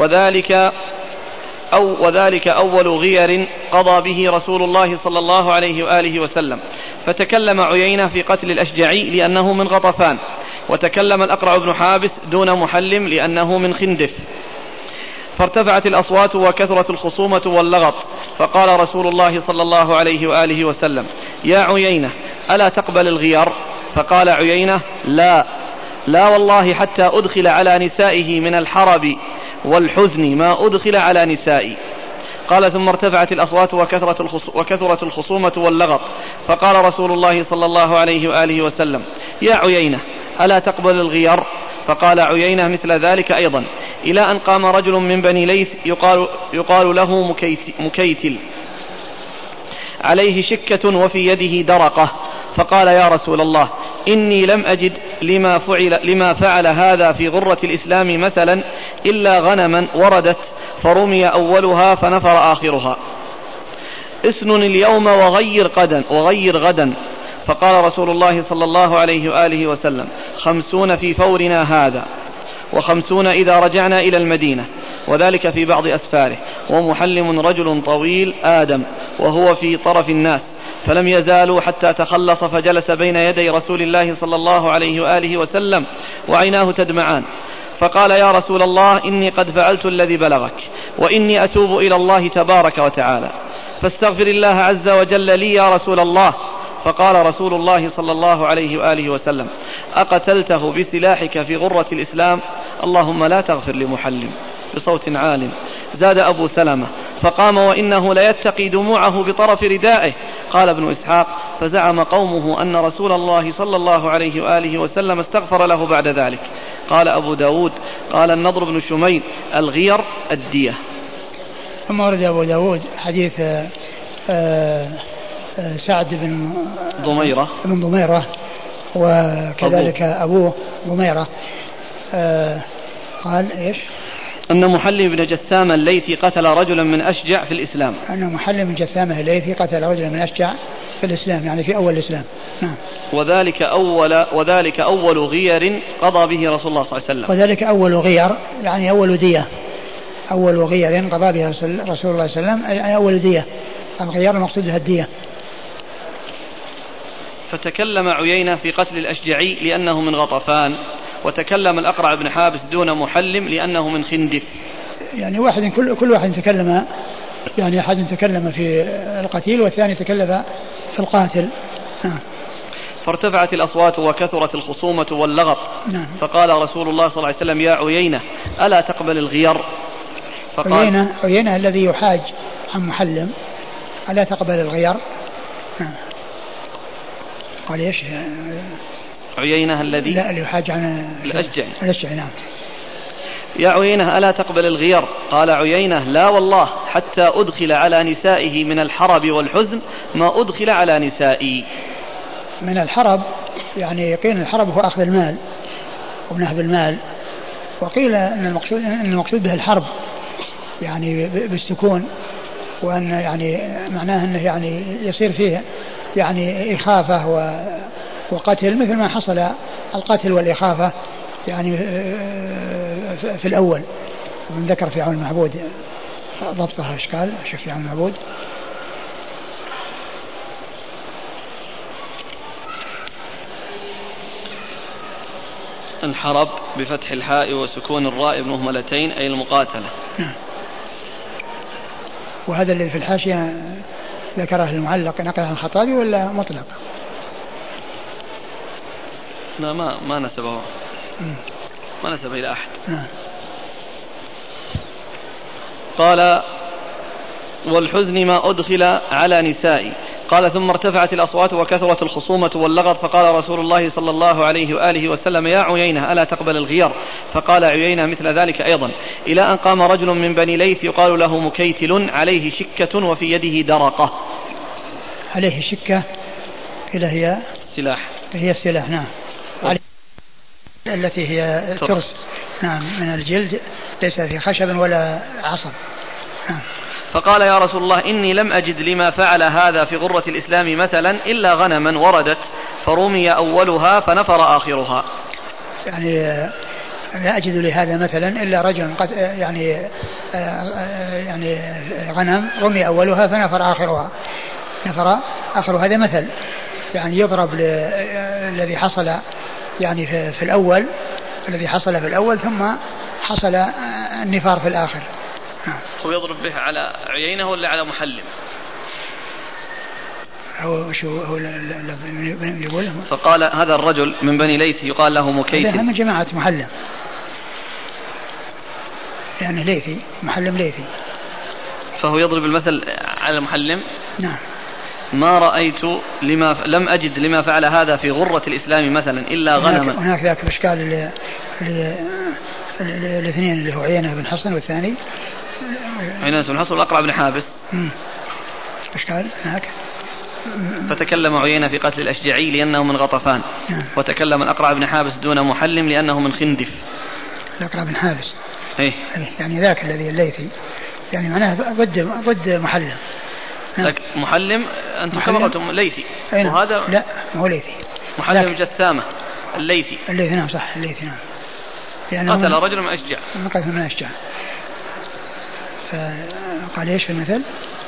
وذلك أول غير قضى به رسول الله صلى الله عليه وآله وسلم. فتكلم عيينة في قتل الأشجعي لأنه من غطفان، وتكلم الأقرع بن حابس دون محلم لأنه من خندف. فارتفعت الأصوات وكثرت الخصومة واللغط، فقال رسول الله صلى الله عليه وآله وسلم: يا عيينة ألا تقبل الغيار؟ فقال عيينة: لا والله حتى أدخل على نسائه من الحرب والحزن ما أدخل على نسائي. قال ثم ارتفعت الأصوات وكثرت الخصومة واللغط، فقال رسول الله صلى الله عليه وآله وسلم: يا عيينة ألا تقبل الغيار؟ فقال عيينة مثل ذلك أيضا، إلى أن قام رجل من بني ليث يقال له مكيتل عليه شكة وفي يده درقة، فقال: يا رسول الله إني لم أجد لما فعل هذا في غرة الإسلام مثلا إلا غنما وردت فرمي أولها فنفر آخرها، اسن اليوم وغير غدا. فقال رسول الله صلى الله عليه وآله وسلم: 50 في فورنا هذا، و50 إذا رجعنا إلى المدينة، وذلك في بعض أسفاره. ومحلم رجل طويل آدم وهو في طرف الناس، فلم يزالوا حتى تخلص فجلس بين يدي رسول الله صلى الله عليه وآله وسلم وعيناه تدمعان، فقال: يا رسول الله إني قد فعلت الذي بلغك، وإني أتوب إلى الله تبارك وتعالى، فاستغفر الله عز وجل لي يا رسول الله. فقال رسول الله صلى الله عليه وآله وسلم: أقتلته بسلاحك في غرة الإسلام؟ اللهم لا تغفر لمحلم، بصوت عال. زاد أبو سلمة: فقام وإنه ليتقي دموعه بطرف ردائه. قال ابن إسحاق: فزعم قومه أن رسول الله صلى الله عليه وآله وسلم استغفر له بعد ذلك. قال أبو داود: قال النضر بن شميل: الغير الدية. ثم ورد أبو داود حديث سعد بن ضميرة وكذلك أبوه ضميرة، قال إيش؟ أن محلم بن جثامة الليثي قتل رجلا من أشجع في الإسلام. أن محلم بن جثامة الليثي قتل رجلا من أشجع في الإسلام، يعني في أول الإسلام. نعم. وذلك أول غير قضى به رسول الله صلى الله عليه وسلم. وذلك أول غير يعني أول دية، أول غير قضى به رسول الله صلى الله عليه وسلم، يعني أول دية. الغير المقصود بها الدية. فتكلم عيينة في قتل الأشجعي لأنه من غطفان، وتكلم الأقرع بن حابس دون محلم لأنه من خندف. يعني كل واحد تكلم، يعني أحد تكلم في القتيل والثاني تكلم في القاتل. فارتفعت الأصوات وكثرت الخصومة واللغط. فقال رسول الله صلى الله عليه وسلم: يا عيينة ألا تقبل الغير؟ فقال عيينة الذي يحاج عن محلم: ألا تقبل الغير؟ قال ايش؟ عيينة الذي لا اللي يحاج عن الأشجعي. نعم. يا عيينة ألا تقبل الغير؟ قال عيينة: لا والله حتى أدخل على نسائه من الحرب والحزن ما أدخل على نسائي. من الحرب يعني قيل الحرب هو أخذ المال ونهب المال، وقيل أن المقصود به الحرب يعني بالسكون، وأن يعني معناه أنه يعني يصير فيه يعني إخافة وقتل، مثل ما حصل القتل والإخافة يعني في الأول. من ذكر في عون المعبود ضبطها إشكال، شوف في عون المعبود. الحرب بفتح الحاء وسكون الراء مهملتين أي المقاتلة. وهذا اللي في الحاشية ذكره المعلق نقل عن الخطابي ولا مطلق؟ لا ما نسبه، ما نسبه إلى أحد. قال: والحزن ما أدخل على نسائي. قال: ثم ارتفعت الأصوات وكثرت الخصومة واللغط، فقال رسول الله صلى الله عليه وآله وسلم: يا عيينة ألا تقبل الغير؟ فقال عيينة مثل ذلك أيضا، إلى أن قام رجل من بني ليث يقال له مكيتل عليه شكة وفي يده درقة. عليه شكة إلى هي سلاح، هي السلاح. نعم. التي هي ترس. نعم، من الجلد، ليس في خشب ولا عصب. نعم. فقال: يا رسول الله إني لم أجد لما فعل هذا في غرة الإسلام مثلا إلا غنما وردت فرمي أولها فنفر آخرها. يعني لا أجد لهذا مثلا إلا رجل يعني غنم رمي أولها فنفر آخرها. نفر آخر هذا مثل يعني يضرب الذي حصل يعني في الأول، الذي حصل في الأول ثم حصل النفار في الآخر. هو يضرب به على عيينة ولا على محلم؟ هو يقول. فقال: هذا الرجل من بني ليث يقال له مكيتل. هذا من جماعة محلم، يعني ليثي، محلم ليثي. فهو يضرب المثل على محلم. نعم. ما رأيت لم أجد لما فعل هذا في غرة الإسلام مثلا إلا غنما. هناك ذاك الإشكال الاثنين اللي هو عيينة بن حصن والثاني عيينة بن حصن والأقرع بن حابس. إشكال هناك. فتكلم عيينة في قتل الأشجعي لأنه من غطفان. وتكلم الأقرع بن حابس دون محلم لأنه من خندف. الأقرع بن حابس إيه؟ يعني ذاك الذي الليثي، يعني معناه ضد محلم. محلم أنتم كما قلتم ليثي، وهذا لا هو ليثي. محلم جثامة الليثي. نعم صح، الليثي. نعم. قتل رجل من أشجع. قتل من أشجع. فقال ايش في المثل؟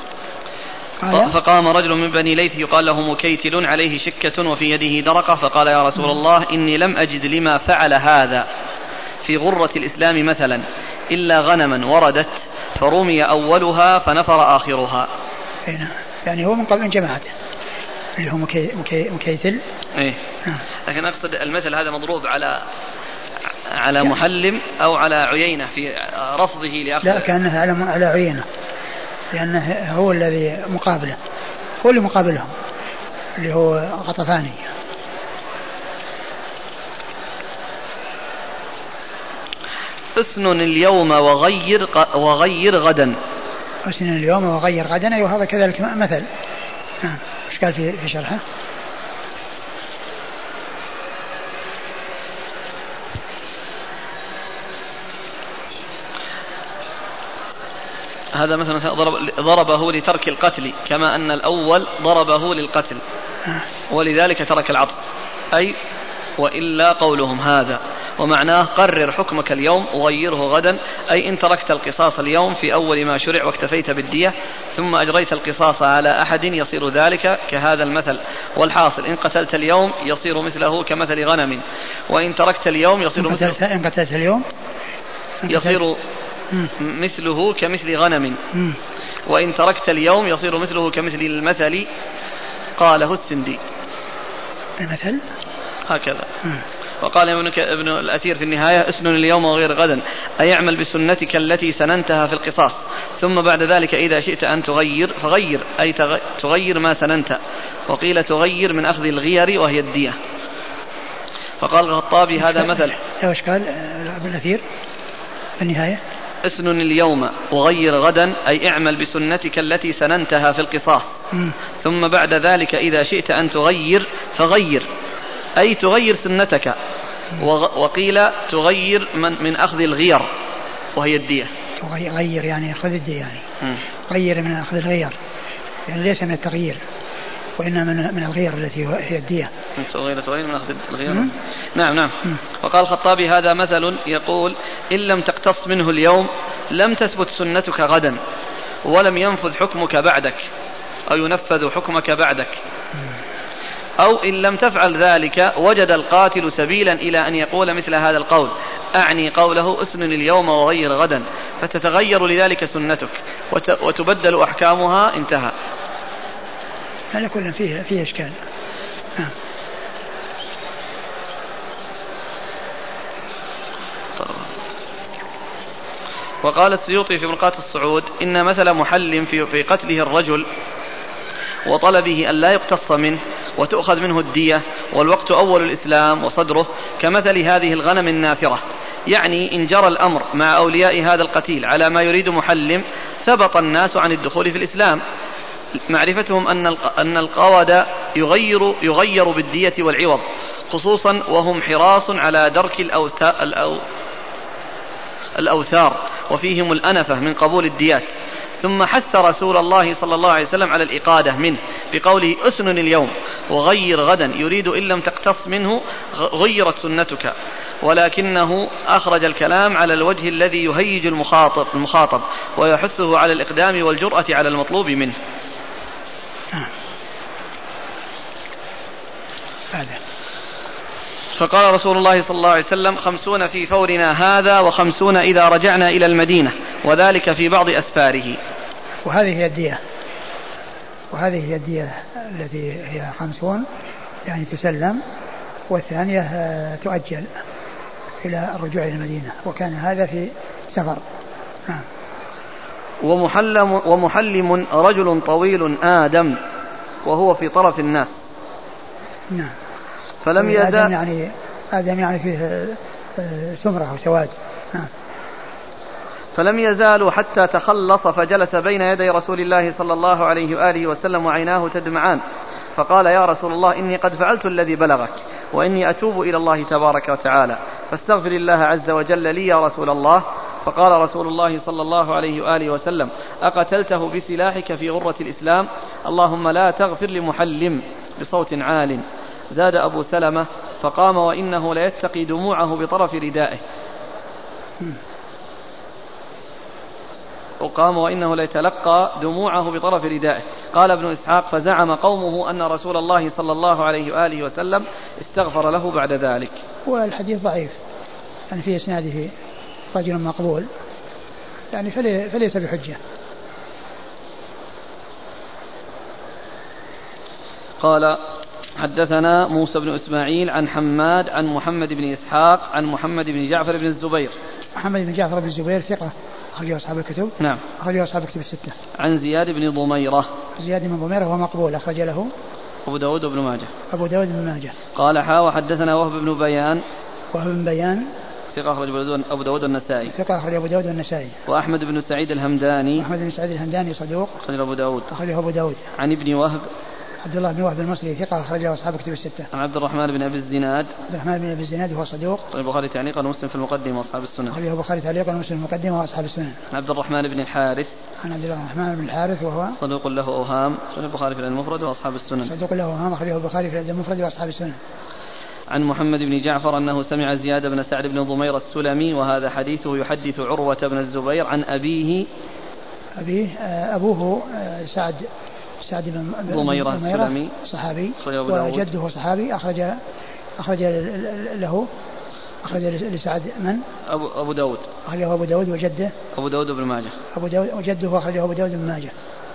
فقام رجل من بني ليث يقال له مكيتل عليه شكة وفي يده درقة، فقال: يا رسول الله إني لم أجد لما فعل هذا في غرة الإسلام مثلا إلا غنما وردت فرمي أولها فنفر آخرها. يعني هو من قبل جماعته، اللي هو مكيثل. إيه. لكن أقصد المثل هذا مضروب على محلم أو على عيينة في رفضه لأخذ. لا، كأنه على عيينة، لأنه هو الذي مقابله، هو اللي مقابلهم اللي هو غطفاني. أسن اليوم وغير غدا. أسن اليوم وغير غدا، أيوه هذا كذلك مثل. إيش قال في شرحه؟ هذا مثلا ضربه لترك القتل، كما أن الأول ضربه للقتل ولذلك ترك العطف، أي وإلا قولهم هذا، ومعناه قرر حكمك اليوم وغيره غدا، أي إن تركت القصاص اليوم في أول ما شرع واكتفيت بالدية ثم أجريت القصاص على أحد يصير ذلك كهذا المثل. والحاصل إن قتلت اليوم يصير مثله كمثل غنم، وإن تركت اليوم يصير إن قتلت اليوم يصير مثله كمثل غنم، وإن تركت اليوم يصير مثله كمثل المثل قاله السندي. المثل هكذا. وقال ابن الأثير في النهاية: اسن اليوم وغير غدا، أي اعمل بسنتك التي سننتها في القصاص، ثم بعد ذلك إذا شئت أن تغير فغير، أي تغير ما سننت. وقيل تغير من أخذ الغير وهي الدية. فقال الخطابي: هذا مثل. ايش قال ابن الأثير في النهاية؟ اسن اليوم وغير غدا، أي اعمل بسنتك التي سننتها في القصاص، ثم بعد ذلك إذا شئت أن تغير فغير، أي تغير سنتك. وقيل تغير من أخذ الغير وهي الدية. تغير يعني أخذ الدية، يعني غير من أخذ الغير، يعني ليس من التغيير وإنما من الغير التي هي الدية. تغير من أخذ الغير. نعم. وقال الخطابي: هذا مثل يقول: إن لم تقتص منه اليوم لم تثبت سنتك غدا، ولم ينفذ حكمك بعدك، أو ينفذ حكمك بعدك. أو إن لم تفعل ذلك وجد القاتل سبيلا إلى أن يقول مثل هذا القول، أعني قوله: اسن اليوم وغير غدا، فتتغير لذلك سنتك وتبدل أحكامها. انتهى. هذا كله فيه إشكال. وقال السيوطي في مرقاة الصعود: إن مثل محل في قتله الرجل وطلبه أن لا يقتص منه وتؤخذ منه الدية، والوقت أول الإسلام وصدره، كمثل هذه الغنم النافرة. يعني إن جرى الأمر مع أولياء هذا القتيل على ما يريد محلم ثبط الناس عن الدخول في الإسلام، معرفتهم أن القود يغير بالدية والعوض، خصوصا وهم حراص على درك الأوثار وفيهم الأنفة من قبول الديات. ثم حث رسول الله صلى الله عليه وسلم على الإقادة منه بقوله: أسن اليوم وغير غدا، يريد إن لم تقتص منه غيرت سنتك، ولكنه أخرج الكلام على الوجه الذي يهيج المخاطب ويحثه على الإقدام والجرأة على المطلوب منه. فقال رسول الله صلى الله عليه وسلم: 50 في فورنا هذا، و50 إذا رجعنا إلى المدينة، وذلك في بعض أسفاره. وهذه هي الدية التي هي 50 يعني تسلم، والثانية تؤجل إلى الرجوع إلى المدينة، وكان هذا في سفر. ومحلم رجل طويل آدم وهو في طرف الناس. نعم. فلم يزال آدم يعني فيه سمرة وسواد. فلم يزالوا حتى تخلص فجلس بين يدي رسول الله صلى الله عليه وآله وسلم وعيناه تدمعان، فقال: يا رسول الله، إني قد فعلت الذي بلغك، وإني أتوب إلى الله تبارك وتعالى، فاستغفر الله عز وجل لي يا رسول الله. فقال رسول الله صلى الله عليه وآله وسلم: أقتلته بسلاحك في غرة الإسلام؟ اللهم لا تغفر لمحلم، بصوت عال. زاد أبو سلمة: فقام وإنه ليتقي دموعه بطرف ردائه. وقام وإنه ليتلقى دموعه بطرف ردائه. قال ابن إسحاق: فزعم قومه أن رسول الله صلى الله عليه وآله وسلم استغفر له بعد ذلك. والحديث ضعيف، يعني في إسناده رجل مقبول، يعني فليس بحجة. قال حدثنا موسى بن إسماعيل عن حماد عن محمد بن إسحاق عن محمد بن جعفر بن الزبير. محمد بن جعفر بن الزبير ثقة أخرجه أصحاب الكتب. نعم. أخرجه أصحاب الكتب الستة. عن زياد بن ضميرة. زياد بن ضميرة هو مقبول أخرج له أبو داود وابن ماجه. أبو داود بن ماجه. قال وحدثنا وهب بن بيان. وهب بن بيان ثقة أخرج أبو داود والنسائي. ثقة أخرج أبو داود والنسائي. وأحمد بن سعيد الهمداني. أحمد بن سعيد الهمداني صدوق أخرج أبو داود. أخرجه أبو داود. عن ابن وهب. عبد الله بن وهب المصري ثقة أخرجه أصحاب الكتب الستة. عن عبد الرحمن بن أبي الزناد. عبد الرحمن بن أبي الزناد وهو صدوق. البخاري تعليقا ومسلم في المقدمة وأصحاب السنن. أخرجه البخاري تعليقا ومسلم في المقدمة وأصحاب السنن. عن عبد الرحمن بن الحارث. عن عبد الرحمن بن الحارث وهو صدوق له أوهام أخرجه البخاري في المفرد وأصحاب السنن. صدوق له أوهام أخرجه البخاري في المفرد وأصحاب السنن. عن محمد بن جعفر أنه سمع زياد بن سعد بن ضمير السلمي وهذا حديثه يحدث عروة بن الزبير عن أبيه. أبوه سعد بن ضميرة السلمي صحابي وجده صحابي أخرج لسعد من؟ أبو داود. أخرجه أبو داود وجده أبو داود بن ماجه. أبو داود وجده أخرجه أبو داود بن ماجه.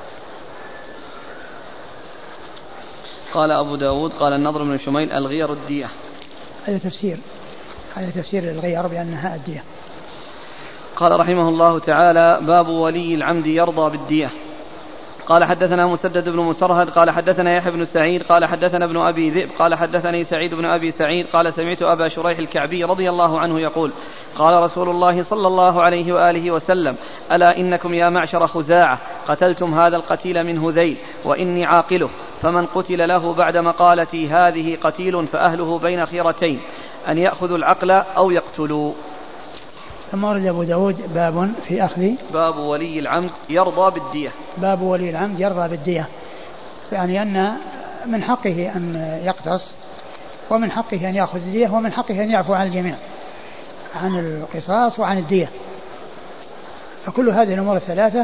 قال أبو داود قال النضر بن شميل الغير الدية. هذا تفسير الغير بأنها الدية. قال رحمه الله تعالى باب ولي العمد يرضى بالدية. قال حدثنا مسدد بن مسرهد قال حدثنا يحيى بن سعيد قال حدثنا ابن أبي ذئب قال حدثني سعيد بن أبي سعيد قال سمعت أبا شريح الكعبي رضي الله عنه يقول قال رسول الله صلى الله عليه وآله وسلم ألا إنكم يا معشر خزاعة قتلتم هذا القتيل من هذيل وإني عاقله فمن قتل له بعد مقالتي هذه قتيل فأهله بين خيرتين أن يأخذوا العقل أو يقتلوا. ثم ورد أبو داود باب في أخذ باب ولي العمد يرضى بالدية. باب ولي العمد يرضى بالدية، يعني أن من حقه أن يقتص ومن حقه أن يأخذ الدية ومن حقه أن يعفو عن الجميع عن القصاص وعن الدية. فكل هذه الأمور الثلاثة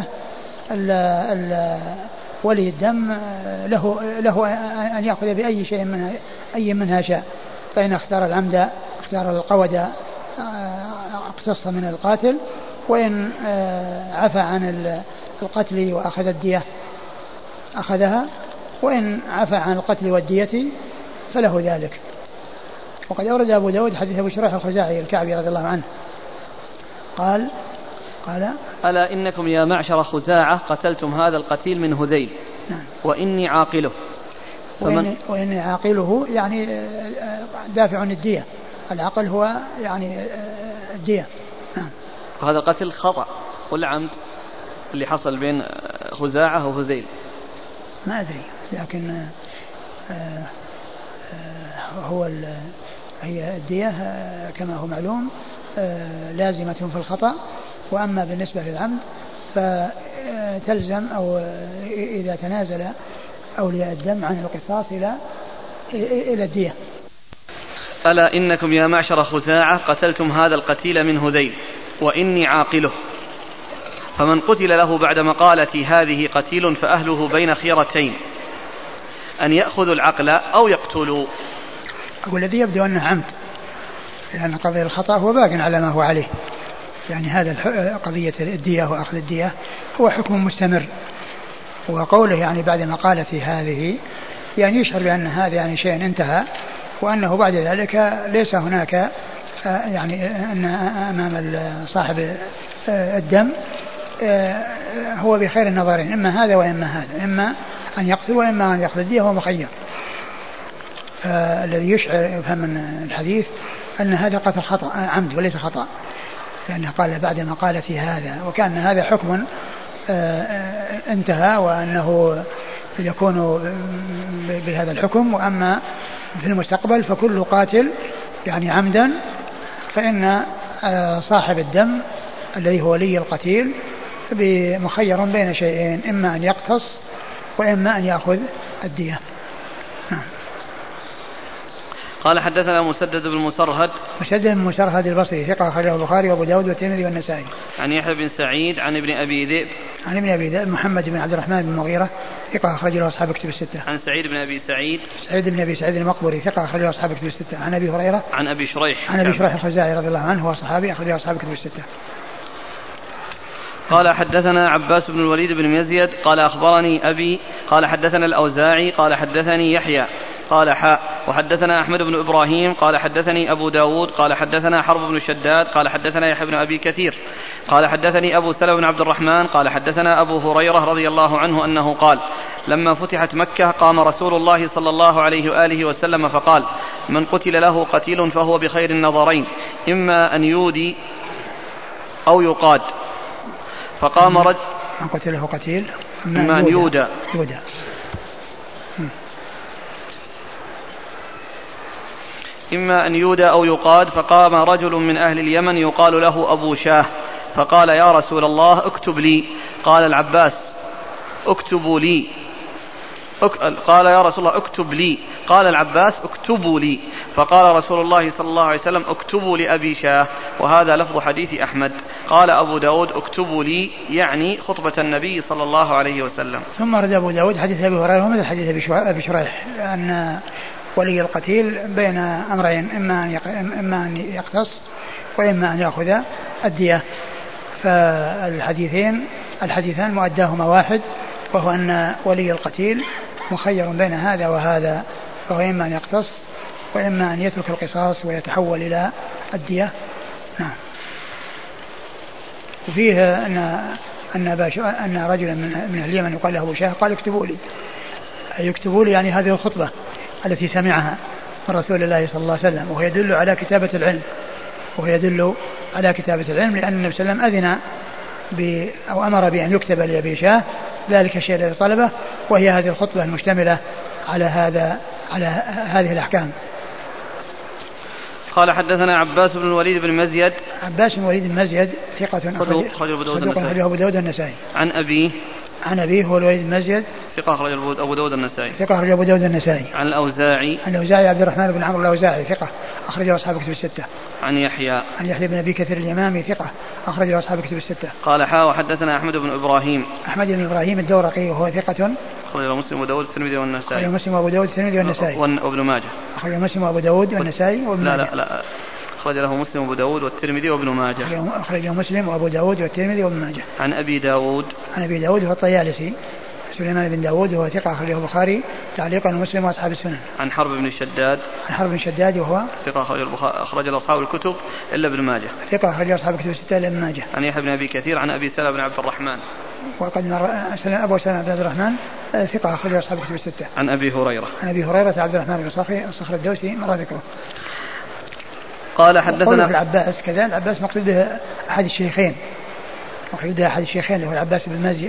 ولي الدم له أن يأخذ بأي شيء منها أي منها شاء، فإن اختار العمد اختار القود اقتص من القاتل، وإن عفى عن القتل وأخذ الدية أخذها، وإن عفى عن القتل والدية فله ذلك. وقد أورد أبو داود حديث أبو شريح الخزاعي الكعبي رضي الله عنه قال ألا إنكم يا معشر خزاعة قتلتم هذا القتيل من هذيل. نعم. وإني عاقله وإني عاقله يعني دافع عن الدية، العقل هو يعني الدية. نعم. وهذا قتل خطأ ولا عمد اللي حصل بين خزاعة وهذيل؟ ما أدري، لكن هي الدية كما هو معلوم لازمة في الخطأ، وأما بالنسبة للعمد فتلزم أو إذا تنازل أولياء الدم عن القصاص إلى الدية. ألا إنكم يا معشر خزاعة قتلتم هذا القتيل من هذيل وإني عاقله فمن قتل له بعد مقالتي هذه قتيل فأهله بين خيرتين أن يأخذوا العقل أو يقتلوا. والذي يبدو أنه عمد، لأن قضية الخطأ هو باق على ما هو عليه، يعني هذا قضية الدية وأخذ الدية هو حكم مستمر. وقوله يعني بعد مقالتي هذه يعني يشعر بأن هذا يعني شيء انتهى، وأنه بعد ذلك ليس هناك يعني أن أمام صاحب الدم هو بخير النظرين، إما هذا وإما هذا، إما أن يقتل وإما أن يأخذ الدية، هو مخير. الذي يفهم من الحديث أن هذا قتل خطأ عمد وليس خطأ، لأنه قال بعد مقالتي هذا، وكان هذا حكم انتهى وأنه يكون بهذا الحكم. وأما في المستقبل فكل قاتل يعني عمدا فإن صاحب الدم الذي هو ولي القتيل مخير بين شيئين، إما أن يقتص وإما أن يأخذ الدية. قال حدثنا مسدد بن مسرهد. مسدد بن مسرهد البصري ثقة أخرجه البخاري وأبو داود والترمذي والنسائي. عن يحيى بن سعيد عن ابن أبي ذئب. عن ابن أبي ذئب محمد بن عبد الرحمن بن المغيرة ثقة أخرج له أصحاب كتب الستة. عن سعيد بن أبي سعيد. سعيد بن أبي سعيد المقبري ثقة أخرج له أصحاب كتب الستة. عن أبي هريرة. عن أبي شريح. عن أبي شريح الخزاعي رضي الله عنه هو صحابي أخرج له أصحاب كتب الستة. قال حدثنا عباس بن الوليد بن مزيد قال أخبرني أبي قال حدثنا الأوزاعي قال حدثني يحيى قال حاء وحدثنا أحمد بن إبراهيم قال حدثني أبو داود قال حدثنا حرب بن شداد قال حدثنا يحيى بن أبي كثير قال حدثني أبو سلمة بن عبد الرحمن قال حدثنا أبو هريرة رضي الله عنه أنه قال لما فتحت مكة قام رسول الله صلى الله عليه وآله وسلم فقال من قتل له قتيل فهو بخير النظرين إما أن يودي أو يقاد فقام رجل من قتله قتيل إما أن يودى إما أن يودى أو يقاد فقام رجل من أهل اليمن يقال له أبو شاه فقال يا رسول الله اكتب لي قال العباس اكتبوا لي قال يا رسول الله اكتب لي قال العباس اكتبوا لي فقال رسول الله صلى الله عليه وسلم اكتبوا لأبي شاه وهذا لفظ حديث أحمد قال أبو داود اكتبوا لي يعني خطبة النبي صلى الله عليه وسلم. ثم رد أبو داود حديث أبي هريرة ومثل حديث أبي شريح أن ولي القتيل بين أمرين إما أن يقتص وإما أن يأخذ الدية فالحديثان مؤداهما واحد وهو أن ولي القتيل مخير بين هذا وهذا فهو إما أن يقتص وإما أن يترك القصاص ويتحول إلى الدية. نعم. وفيه أن رجلا من اليمن يقال له أبو شاه قال اكتبوا لي يعني هذه الخطبة التي سمعها من رسول الله صلى الله عليه وسلم وهو يدل على كتابة العلم لأن النبي صلى الله عليه وسلم أذن أو أمر بأن يكتب لأبي شاه ذلك الشيء الذي طلبه وهي هذه الخطبة المشتملة على هذه الأحكام. قال حدثنا عباس بن الوليد بن مزيد. عباس بن الوليد بن مزيد ثقة صدوق أخرجه أبو داود النسائي. عن أبيه هو الوليد بن مزيد ثقة أخرجه أبو داود النسائي. عن الأوزاعي عبد الرحمن بن عمرو الأوزاعي ثقة أخرجه أصحاب كتب الستة. عن يحيى بن أبي كثير اليمامي ثقة أخرجه أصحاب كتب الستة. قال حاء وحدثنا أحمد بن إبراهيم الدورقي وهو ثقة أخرجه مسلم وأبو داود الترمذي والنسائي وابن ماجه. أخرجه مسلم وأبو داود والنسائي وابن ماجه. لا أخرج له مسلم وأبو داود والترمذي وابن ماجه. أخرجه مسلم وأبو داود والترمذي وابن ماجه. عن أبي داود هو الطيالسي سليمان بن داود وهو ثقة أخرجه البخاري تعليقا ومسلم وأصحاب السنن. عن حرب بن شداد وهو ثقة أخرج له أصحاب الكتب إلا ابن ماجه. ثقة أخرجه أصحاب الكتب الستة إلا ابن ماجه. عن يحيى بن أبي كثير عن أبي سلمة بن عبد الرحمن وقد أبو سلمة بن عبد الرحمن ثقة أخرجه أصحاب الكتب الستة. عن أبي هريرة عبد الرحمن بن الصخر الدوسي مر ذكره. قال حدثنا العباس كذا العباس مقصود أحد الشيخين اللي هو العباس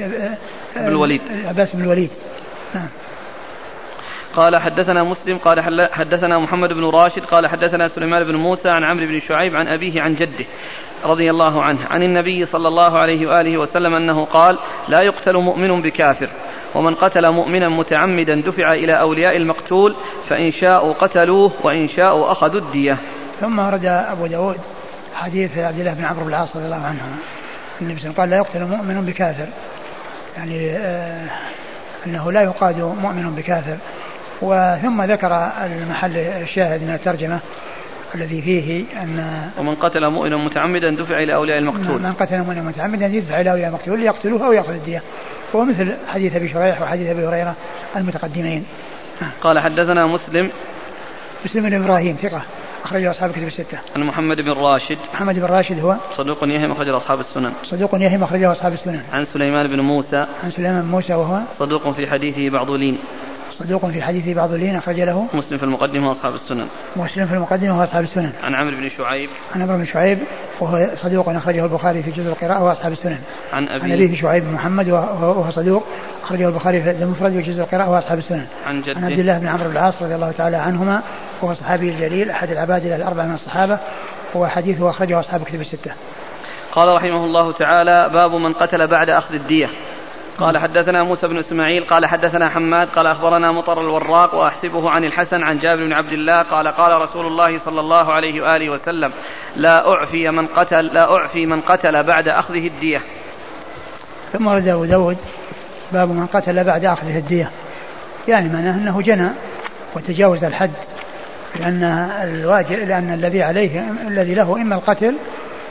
بن الوليد. نعم. قال حدثنا مسلم قال حدثنا محمد بن راشد قال حدثنا سليمان بن موسى عن عمرو بن شعيب عن أبيه عن جده رضي الله عنه عن النبي صلى الله عليه وآله وسلم أنه قال لا يقتل مؤمن بكافر ومن قتل مؤمنا متعمدا دفع إلى أولياء المقتول فإن شاءوا قتلوه وإن شاءوا أخذوا الدية. ثم رد أبو داود حديث عبد الله بن عمرو بن العاص رضي الله عنه النبي صلى الله عليه وسلم قال لا يقتل مؤمن بكافر يعني أنه لا يقاد مؤمن بكافر. وثم ذكر المحل الشاهد من الترجمة الذي فيه أن ومن قتل مؤمنا متعمدا دفع إلى أولياء المقتول. من قتل مؤمنا متعمدا يدفع إلى أولياء المقتول ليقتلوه أو يأخذ الدية هو مثل حديث أبي شريح وحديث أبي هريرة المتقدمين. قال حدثنا مسلم بن إبراهيم ثقة أخرجه أصحاب الكتب الستة. عن محمد بن راشد هو صدوق يهم أخرجه أصحاب السنن. عن سليمان بن موسى وهو صدوق في حديثه بعض لين أخرج له مسلم في المقدمة وأصحاب السنن. عن عمرو بن شعيب وهو صدوق أخرجه البخاري في جزء القراءة وأصحاب السنن. عن أبيه شعيب بن محمد وهو صدوق أخرجه البخاري في المفرد وجزء القراءة وأصحاب السنن. عن عبد الله بن عمرو بن العاص رضي الله تعالى عنهما وهو صحابي الجليل أحد العبادلة الأربعة من الصحابة وحديثه أخرجه أصحاب الكتب الستة. قال رحمه الله تعالى باب من قتل بعد أخذ الدية. قال حدثنا موسى بن إسماعيل قال حدثنا حماد قال أخبرنا مطر الوراق وأحسبه عن الحسن عن جابر بن عبد الله قال قال رسول الله صلى الله عليه وآله وسلم لا أعفي من قتل بعد أخذه الدية. ثم رد أبو داود باب من قتل بعد أخذه الدية يعني معناه أنه جنى وتجاوز الحد لأن الذي له إما القتل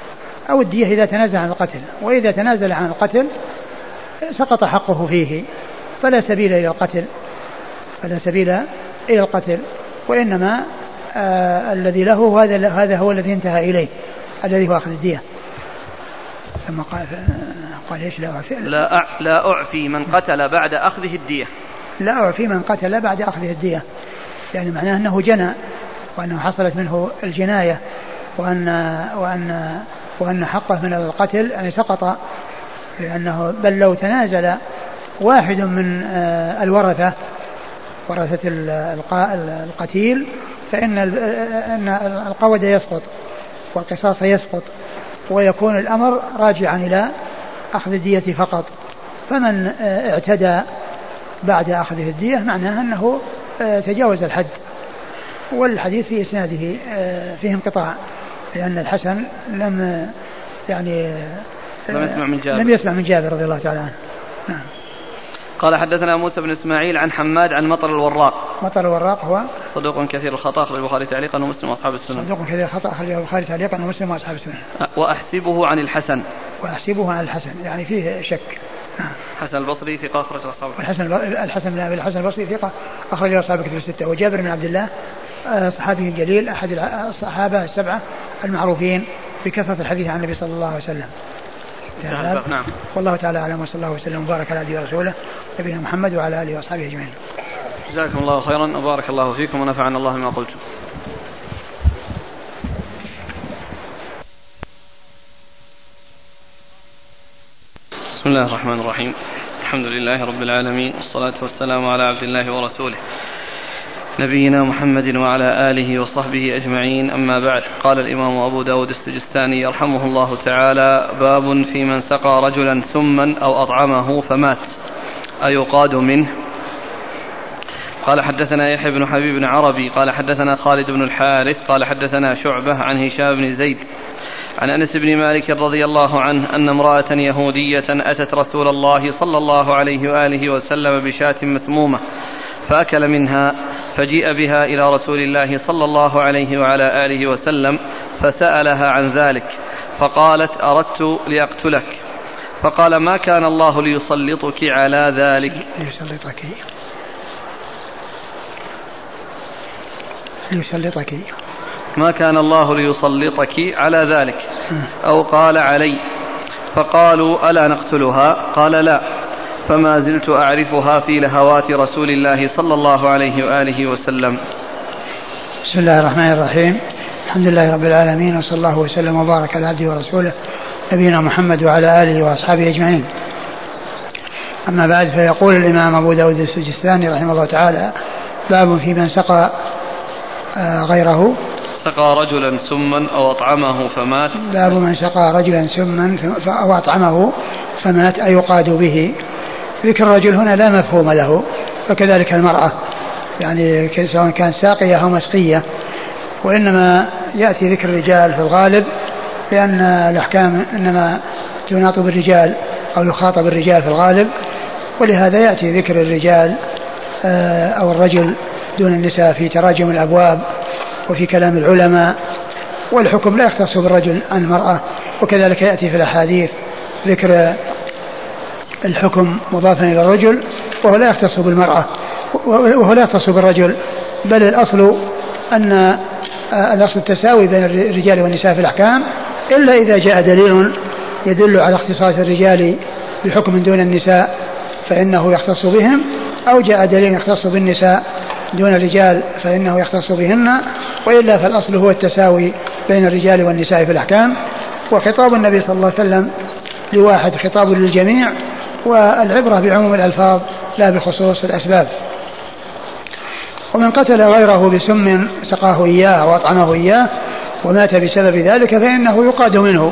أو الدية إذا تنازل عن القتل. وإذا تنازل عن القتل سقط حقه فيه، فلا سبيل إلى القتل، وإنما الذي له هذا هو الذي انتهى إليه، الذي هو أخذ الدية. ثم قال إيش؟ لا أعفي من قتل بعد أخذه الدية. لا أعفي من قتل بعد أخذه الدية، يعني معناه أنه جنى، وأنه حصلت منه الجناية، وأن حقه من القتل يعني سقط، لأنه بل لو تنازل واحد من ورثة القتيل فإن القود يسقط والقصاص يسقط، ويكون الأمر راجعا إلى أخذ الدية فقط. فمن اعتدى بعد أخذه الدية معناه أنه تجاوز الحد. والحديث في إسناده فيه انقطاع، لأن الحسن لم يسمع من جابر رضي الله تعالى عنه. نعم. قال حدثنا موسى بن إسماعيل عن حماد عن مطر الوراق. مطر الوراق هو صدوق كثير الخطأ أخرج البخاري تعليقا ومسلم وأصحاب السنن. صدوق كثير الخطأ أخرج البخاري تعليقا ومسلم وأصحاب السنن. وأحسبه عن الحسن. يعني فيه شك. حسن البصري ثقة أخرج أصحاب الحسن البصري ثقة أخرج أصحاب كتب الستة. وجابر بن عبد الله صحابي الجليل أحد الصحابة السبعة المعروفين بكثرة الحديث عن النبي صلى الله عليه وسلم. نعم. والله تعالى أعلم، وصلى الله وسلم وبارك على عبده ورسوله نبينا محمد وعلى آله وأصحابه أجمعين. جزاكم الله خيرا وبارك الله فيكم ونفعنا الله ما قلتم. بسم الله الرحمن الرحيم. الحمد لله رب العالمين، والصلاة والسلام على عبد الله ورسوله نبينا محمد وعلى آله وصحبه أجمعين. أما بعد. قال الإمام أبو داود السجستاني يرحمه الله تعالى: باب في من سقى رجلا سما أو أطعمه فمات أيقاد منه. قال حدثنا يحيى بن حبيب بن عربي قال حدثنا خالد بن الحارث قال حدثنا شعبة عن هشام بن زيد عن أنس بن مالك رضي الله عنه أن امرأة يهودية أتت رسول الله صلى الله عليه وآله وسلم بشاة مسمومة فأكل منها، فجيء بها إلى رسول الله صلى الله عليه وعلى آله وسلم فسألها عن ذلك، فقالت: أردت لأقتلك. فقال: ما كان الله ليسلطك على ذلك. ما كان الله ليسلطك على ذلك، أو قال علي. فقالوا: ألا نقتلها؟ قال: لا. فما زلت أعرفها في لهوات رسول الله صلى الله عليه وآله وسلم. بسم الله الرحمن الرحيم. الحمد لله رب العالمين، وصلى الله وسلم وبارك على عبده ورسوله نبينا محمد وعلى آله وأصحابه أجمعين. أما بعد، فيقول الإمام أبو داود السجستاني رحمه الله تعالى: باب في من سقى غيره. سقى رجلا سما أو أطعمه فمات. باب من سقى رجلا سما أو أطعمه فمات أيقاد به. ذكر الرجل هنا لا مفهوم له، وكذلك المرأة، يعني سواء كان ساقية أو مسقية، وإنما يأتي ذكر الرجال في الغالب، لأن الأحكام إنما تناط بالرجال أو يخاطب الرجال في الغالب، ولهذا يأتي ذكر الرجال أو الرجل دون النساء في تراجم الأبواب وفي كلام العلماء، والحكم لا يختص بالرجل عن المرأة. وكذلك يأتي في الأحاديث ذكر الحكم مضافا إلى الرجل، وهو لا يختص بالمرأة وهو لا يختص بالرجل، بل الأصل أن الأصل التساوي بين الرجال والنساء في الأحكام، إلا إذا جاء دليل يدل على اختصاص الرجال بحكم دون النساء فإنه يختص بهم، أو جاء دليل يختص بالنساء دون الرجال فإنه يختص بهن، وإلا فالأصل هو التساوي بين الرجال والنساء في الأحكام. وخطاب النبي صلى الله عليه وسلم لواحد خطاب للجميع، والعبرة بعموم الألفاظ لا بخصوص الأسباب. ومن قتل غيره بسم سقاه إياه وأطعمه إياه ومات بسبب ذلك فإنه يقاد منه،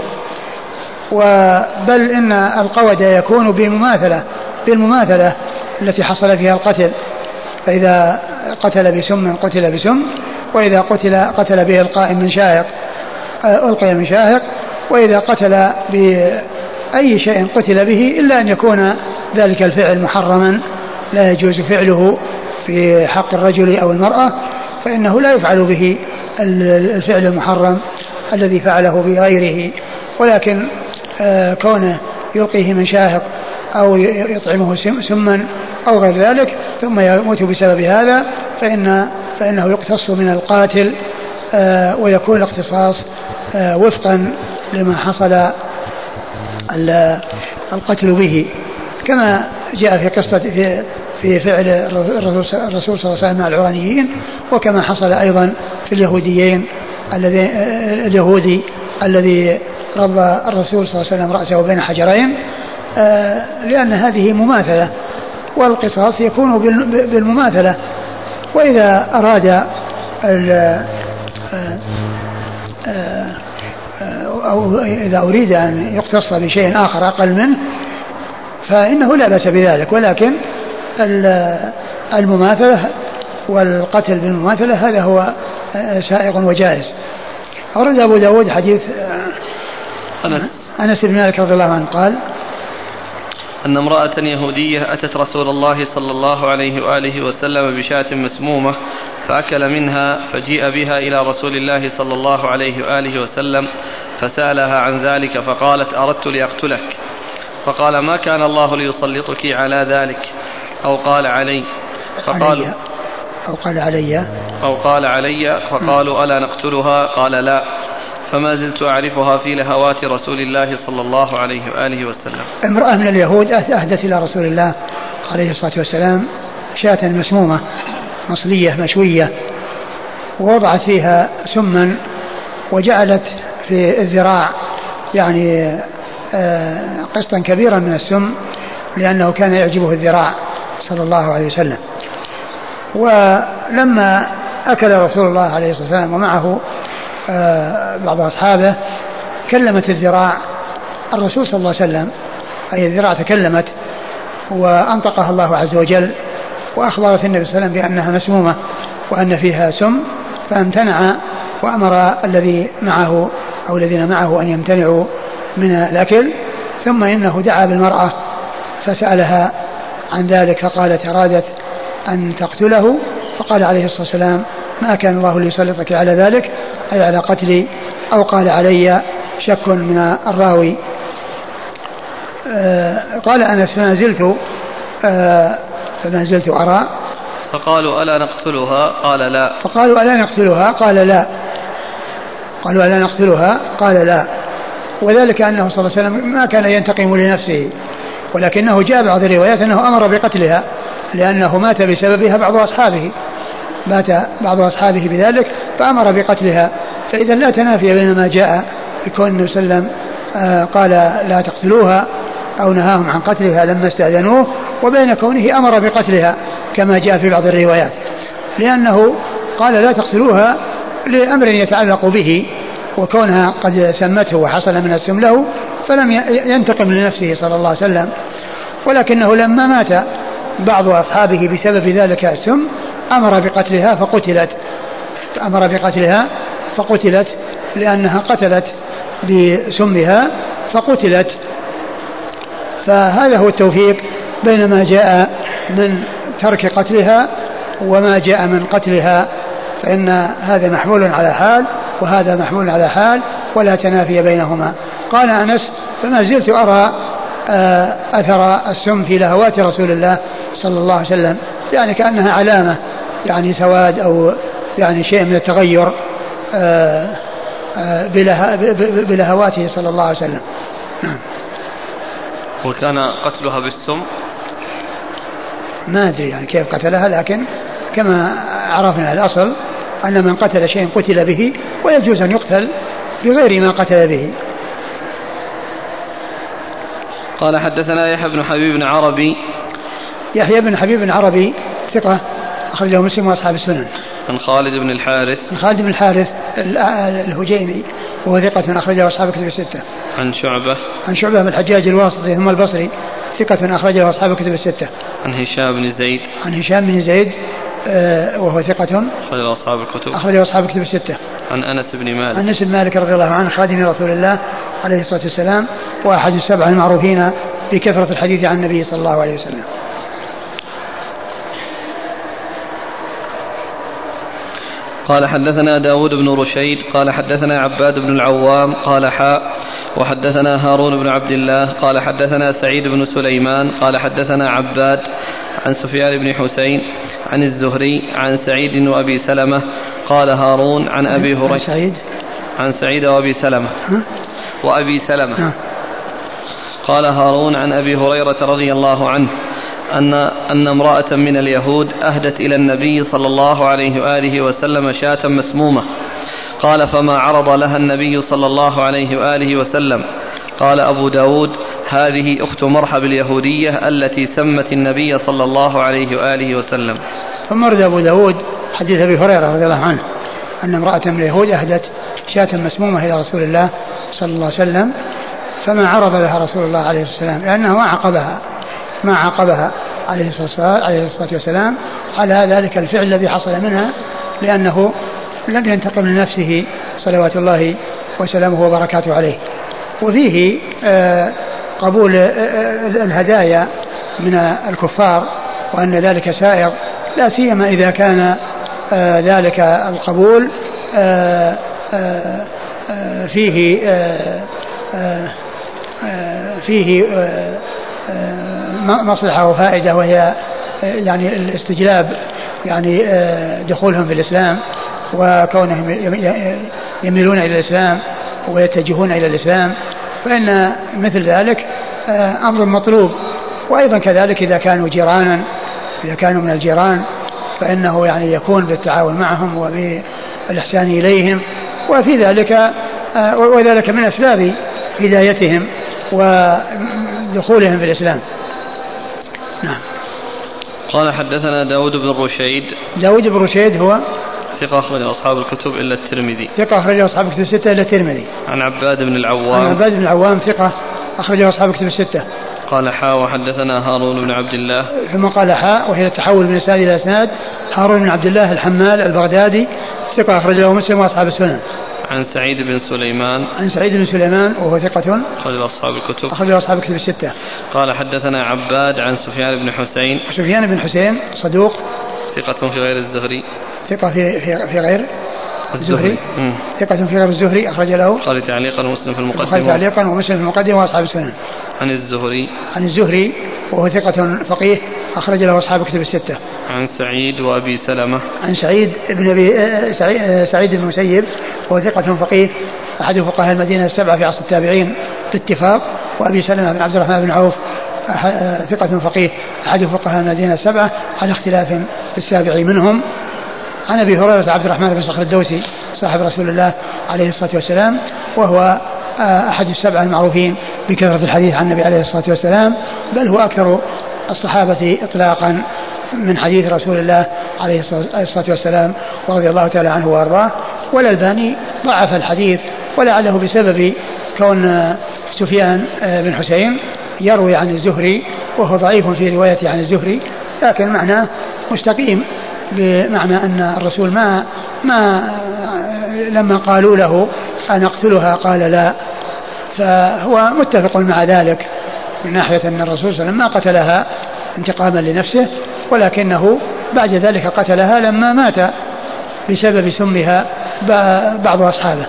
بل إن القود يكون بالمماثلة التي حصل فيها القتل، فإذا قتل بسم قتل بسم، وإذا قتل به القائم من شاهق ألقي من شاهق، وإذا قتل بأي شيء قتل به إلا أن يكون ذلك الفعل محرما لا يجوز فعله في حق الرجل أو المرأة، فإنه لا يفعل به الفعل المحرم الذي فعله بغيره ولكن كونه يلقيه من شاهق أو يطعمه سما أو غير ذلك ثم يموت بسبب هذا فإنه يقتص من القاتل، ويكون الاقتصاص وفقا لما حصل القتل به، كما جاء في قصة في فعل الرسول صلى الله عليه وسلم مع العرانيين، وكما حصل أيضا في اليهوديين اليهودي الذي ربى الرسول صلى الله عليه وسلم رأسه بين حجرين، لأن هذه مماثلة، والقصاص يكون بالمماثلة. وإذا أراد أو إذا أريد أن يقتص بشيء آخر أقل منه فإنه لا بأس بذلك، ولكن المماثلة والقتل بالمماثلة هذا هو سائغ وجائز. أورد أبو داود حديث أنس بن مالك رضي الله عنه قال أن امرأة يهودية أتت رسول الله صلى الله عليه وآله وسلم بشاة مسمومة فأكل منها، فجيء بها إلى رسول الله صلى الله عليه وآله وسلم فسألها عن ذلك فقالت أردت لأقتلك، فقال ما كان الله ليسلطك على ذلك أو قال علي، أو قال علي فقالوا ألا نقتلها؟ قال لا، فما زلت أعرفها في لهوات رسول الله صلى الله عليه وآله وسلم. امرأة من اليهود أهدت إلى رسول الله عليه الصلاة والسلام شاة مسمومة مصلية مشوية، ووضعت فيها سما وجعلت في الذراع يعني قسطا كبيرا من السم، لأنه كان يعجبه الذراع صلى الله عليه وسلم. ولما أكل رسول الله عليه الصلاة والسلام ومعه بعض أصحابه كلمت الذراع الرسول صلى الله عليه وسلم، أي الذراع تكلمت وأنطقها الله عز وجل، وأخبرت النبي صلى الله عليه وسلم بأنها مسمومة وأن فيها سم، فامتنع وأمر الذي معه أو الذين معه أن يمتنعوا من الأكل. ثم إنه دعا بالمرأة فسألها عن ذلك، فقالت أرادت أن تقتله، فقال عليه الصلاة والسلام ما كان الله ليسلطك على ذلك، أي على قتلي، أو قال علي، شك من الراوي. قال أنس فما زلت أرى، فقالوا ألا نقتلها؟ قال لا، فقالوا ألا نقتلها؟ قال لا، قالوا ألا نقتلها؟ قال لا. وذلك أنه صلى الله عليه وسلم ما كان ينتقم لنفسه، ولكنه جاء بعض الروايات أنه أمر بقتلها لأنه مات بسببها بعض أصحابه بذلك فأمر بقتلها. فإذا لا تنافي بين ما جاء بكون النبي صلى الله عليه وسلم قال لا تقتلوها أو نهاهم عن قتلها لما استأذنوه، وبين كونه أمر بقتلها كما جاء في بعض الروايات، لأنه قال لا تقتلوها لأمر يتعلق به، وكونها قد سمته وحصل من السم له فلم ينتقم لنفسه صلى الله عليه وسلم، ولكنه لما مات بعض أصحابه بسبب ذلك السم أمر بقتلها فقتلت لأنها قتلت بسمها فقتلت. فهذا هو التوفيق بين ما جاء من ترك قتلها وما جاء من قتلها، فإن هذا محمول على حال وهذا محمول على حال ولا تنافي بينهما. قال أنس فما زلت أرى أثر السم في لهوات رسول الله صلى الله عليه وسلم، يعني كأنها علامة، يعني سواد أو يعني شيء من التغير بلهواته صلى الله عليه وسلم. وكان قتلها بالسم ما أدري يعني كيف قتلها، لكن كما عرفنا الأصل أن من قتل شيء قتل به، ويجوز أن يقتل بغير ما قتل به. قال حدثنا يحيى بن حبيب بن عربي. يحيى بن حبيب بن عربي ثقة أخرجه مسلم وأصحاب السنن. عن خالد بن الحارث الهجيمي وهو ثقة أخرجه أصحاب الكتب الستة. عن شعبة بن الحجاج الواسطي ثم البصري ثقة أخرجه أصحاب الكتب الستة. عن هشام بن زيد وهو ثقة أخرجه أصحاب الكتب الستة. عن أنس بن مالك رضي الله عنه خادم رسول الله عليه الصلاة والسلام، وأحد السبع المعروفين بكثرة الحديث عن النبي صلى الله عليه وسلم. قال حدثنا داود بن رشيد قال حدثنا عباد بن العوام قال وحدثنا هارون بن عبد الله قال حدثنا سعيد بن سليمان قال حدثنا عباد عن سفيان بن حسين عن الزهري عن سعيد وأبي سلمة قال هارون عن أبي هريرة عن سعيد وأبي سلمة وأبي سلمة قال هارون عن أبي هريرة رضي الله عنه أن امرأة من اليهود أهدت إلى النبي صلى الله عليه وآله وسلم شاة مسمومة قال فما عرض لها النبي صلى الله عليه وآله وسلم. قال أبو داود هذه أخت مرحب اليهودية التي سمت النبي صلى الله عليه وآله وسلم. ثم ورد أبو داود حديث أبي هريرة رضي الله عنه أن امرأة من اليهود أهدت شاة مسمومة إلى رسول الله صلى الله عليه وسلم فما عرض لها رسول الله عليه الصلاة والسلام لأنه ما عاقبها عليه الصلاة والسلام على ذلك الفعل الذي حصل منها لأنه لم ينتقم لنفسه صلوات الله وسلامه وبركاته عليه. وفيه قبول الهدايا من الكفار وأن ذلك سائغ لا سيما إذا كان ذلك القبول فيه مصلحة وفائدة وهي يعني الاستجلاب يعني دخولهم في الإسلام وكونهم يميلون إلى الإسلام ويتجهون إلى الإسلام فإن مثل ذلك أمر مطلوب. وأيضا كذلك إذا كانوا من الجيران فإنه يعني يكون بالتعاون معهم وبالإحسان إليهم وفي ذلك وذلك من أسباب هدايتهم ودخولهم في الإسلام. نعم. قال حدثنا داود بن رشيد هو ثقة أخرج أصحاب الكتب إلا الترمذي. ثقة أخرج أصحاب الكتب الستة إلا الترمذي. عن عباد بن العوام ثقة أخرج أصحاب الكتب الستة. قال حاء وحدثنا هارون بن عبد الله ثم قال حاء وهي التحول من إسناد إلى إسناد. هارون بن عبد الله الحمال البغدادي ثقة أخرج له مسلم وأصحاب السنن. عن سعيد بن سليمان وهو ثقة أخرج أصحاب الكتب الستة. قال حدثنا عباد عن سفيان بن حسين صدوق ثقة في غير الزهري ثقة في غير الزهري ثقة في غير الزهري أخرج له قال تعليقا ومسلم في المقدمة وأصحاب السنن. عن الزهري وهو ثقة فقيه أخرج له أصحاب الكتب الستة. عن سعيد وأبي سلمة عن سعيد بن مسيب وهو ثقة فقيه أحد فقهاء المدينة السبعة في عصر التابعين باتفاق. وأبي سلمة بن عبد الرحمن بن عوف ثقة فقيه أحد فقهاء المدينة السبعة على اختلاف في السابع منهم. عن أبي هريرة عبد الرحمن بن صخر الدوسي صاحب رسول الله عليه الصلاة والسلام وهو أحد السبعة المعروفين بكثرة الحديث عن النبي عليه الصلاة والسلام بل هو أكثر الصحابة إطلاقا من حديث رسول الله عليه الصلاة والسلام ورضي الله تعالى عنه وأرضاه. والألباني ضعف الحديث ولعله بسبب كون سفيان بن حسين يروي عن الزهري وهو ضعيف في روايته عن الزهري لكن معناه مستقيم بمعنى أن الرسول ما لما قالوا له أن اقتلها قال لا فهو متفق مع ذلك من ناحية أن الرسول صلى الله عليه وسلم ما قتلها انتقاما لنفسه ولكنه بعد ذلك قتلها لما مات بسبب سمها بعض أصحابه.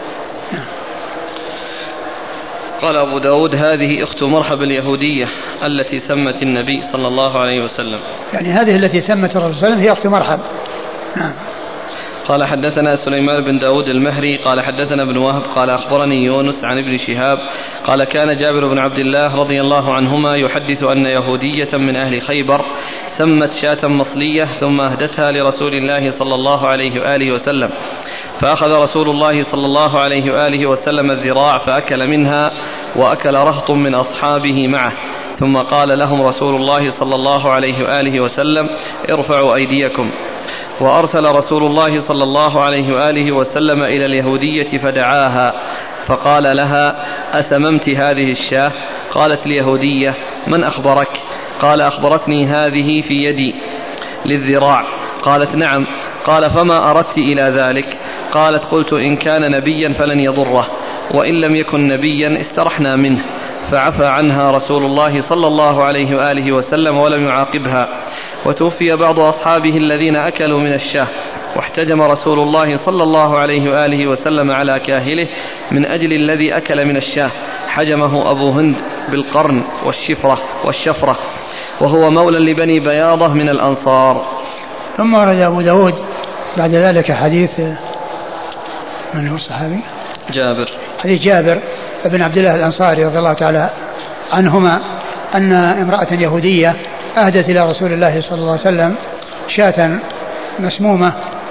قال أبو داود هذه أخت مرحب اليهودية التي سمت النبي صلى الله عليه وسلم. يعني هذه التي سمت الرسول صلى الله عليه وسلم هي أخت مرحب. نعم. قال حدثنا سليمان بن داود المهري قال حدثنا ابن وهب قال أخبرني يونس عن ابن شهاب قال كان جابر بن عبد الله رضي الله عنهما يحدث أن يهودية من أهل خيبر سمت شاة مصلية ثم أهدتها لرسول الله صلى الله عليه وآله وسلم فأخذ رسول الله صلى الله عليه وآله وسلم الذراع فأكل منها وأكل رهط من أصحابه معه ثم قال لهم رسول الله صلى الله عليه وآله وسلم ارفعوا أيديكم. وأرسل رسول الله صلى الله عليه وآله وسلم إلى اليهودية فدعاها فقال لها أسممت هذه الشاة؟ قالت اليهودية من أخبرك؟ قال أخبرتني هذه في يدي للذراع. قالت نعم. قال فما أردت إلى ذلك؟ قالت قلت إن كان نبيا فلن يضره وإن لم يكن نبيا استرحنا منه فعفى عنها رسول الله صلى الله عليه وآله وسلم ولم يعاقبها. وتوفي بعض أصحابه الذين أكلوا من الشاه واحتجم رسول الله صلى الله عليه وآله وسلم على كاهله من أجل الذي أكل من الشاه، حجمه أبو هند بالقرن والشفرة، وهو مولى لبني بياضة من الأنصار. ثم ورد أبو داود بعد ذلك حديث من هو الصحابي؟ جابر، حديث جابر بن عبد الله الأنصاري رضي الله تعالى عنهما أن امرأة يهودية أهدت إلى رسول الله صلى الله عليه وسلم شاة مسمومة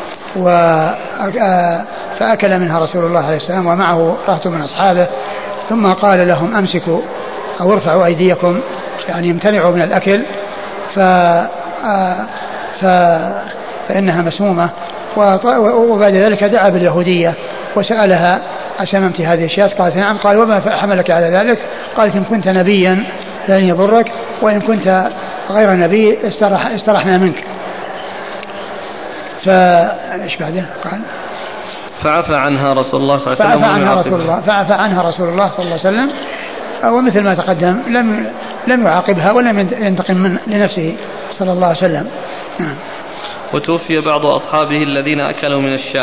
فأكل منها رسول الله عليه السلام ومعه رهط من أصحابه، ثم قال لهم أمسكوا أو ارفعوا أيديكم، يعني امتنعوا من الأكل فإنها مسمومة. وبعد ذلك دعا باليهودية وسألها أسممت هذه الشاة؟ قالت نعم. قال وما حملك على ذلك؟ قالت إن كنت نبيا لن يضرك، وإن كنت غير نبي استرحنا منك. فإيش بعده؟ قال فعفى عنها رسول الله صلى الله عليه وسلم. فعفى عنها رسول الله صلى الله عليه وسلم، ومثل ما تقدم لم يعاقبها ولم ينتقم من لنفسه صلى الله عليه وسلم. نعم. وتوفي بعض أصحابه الذين أكلوا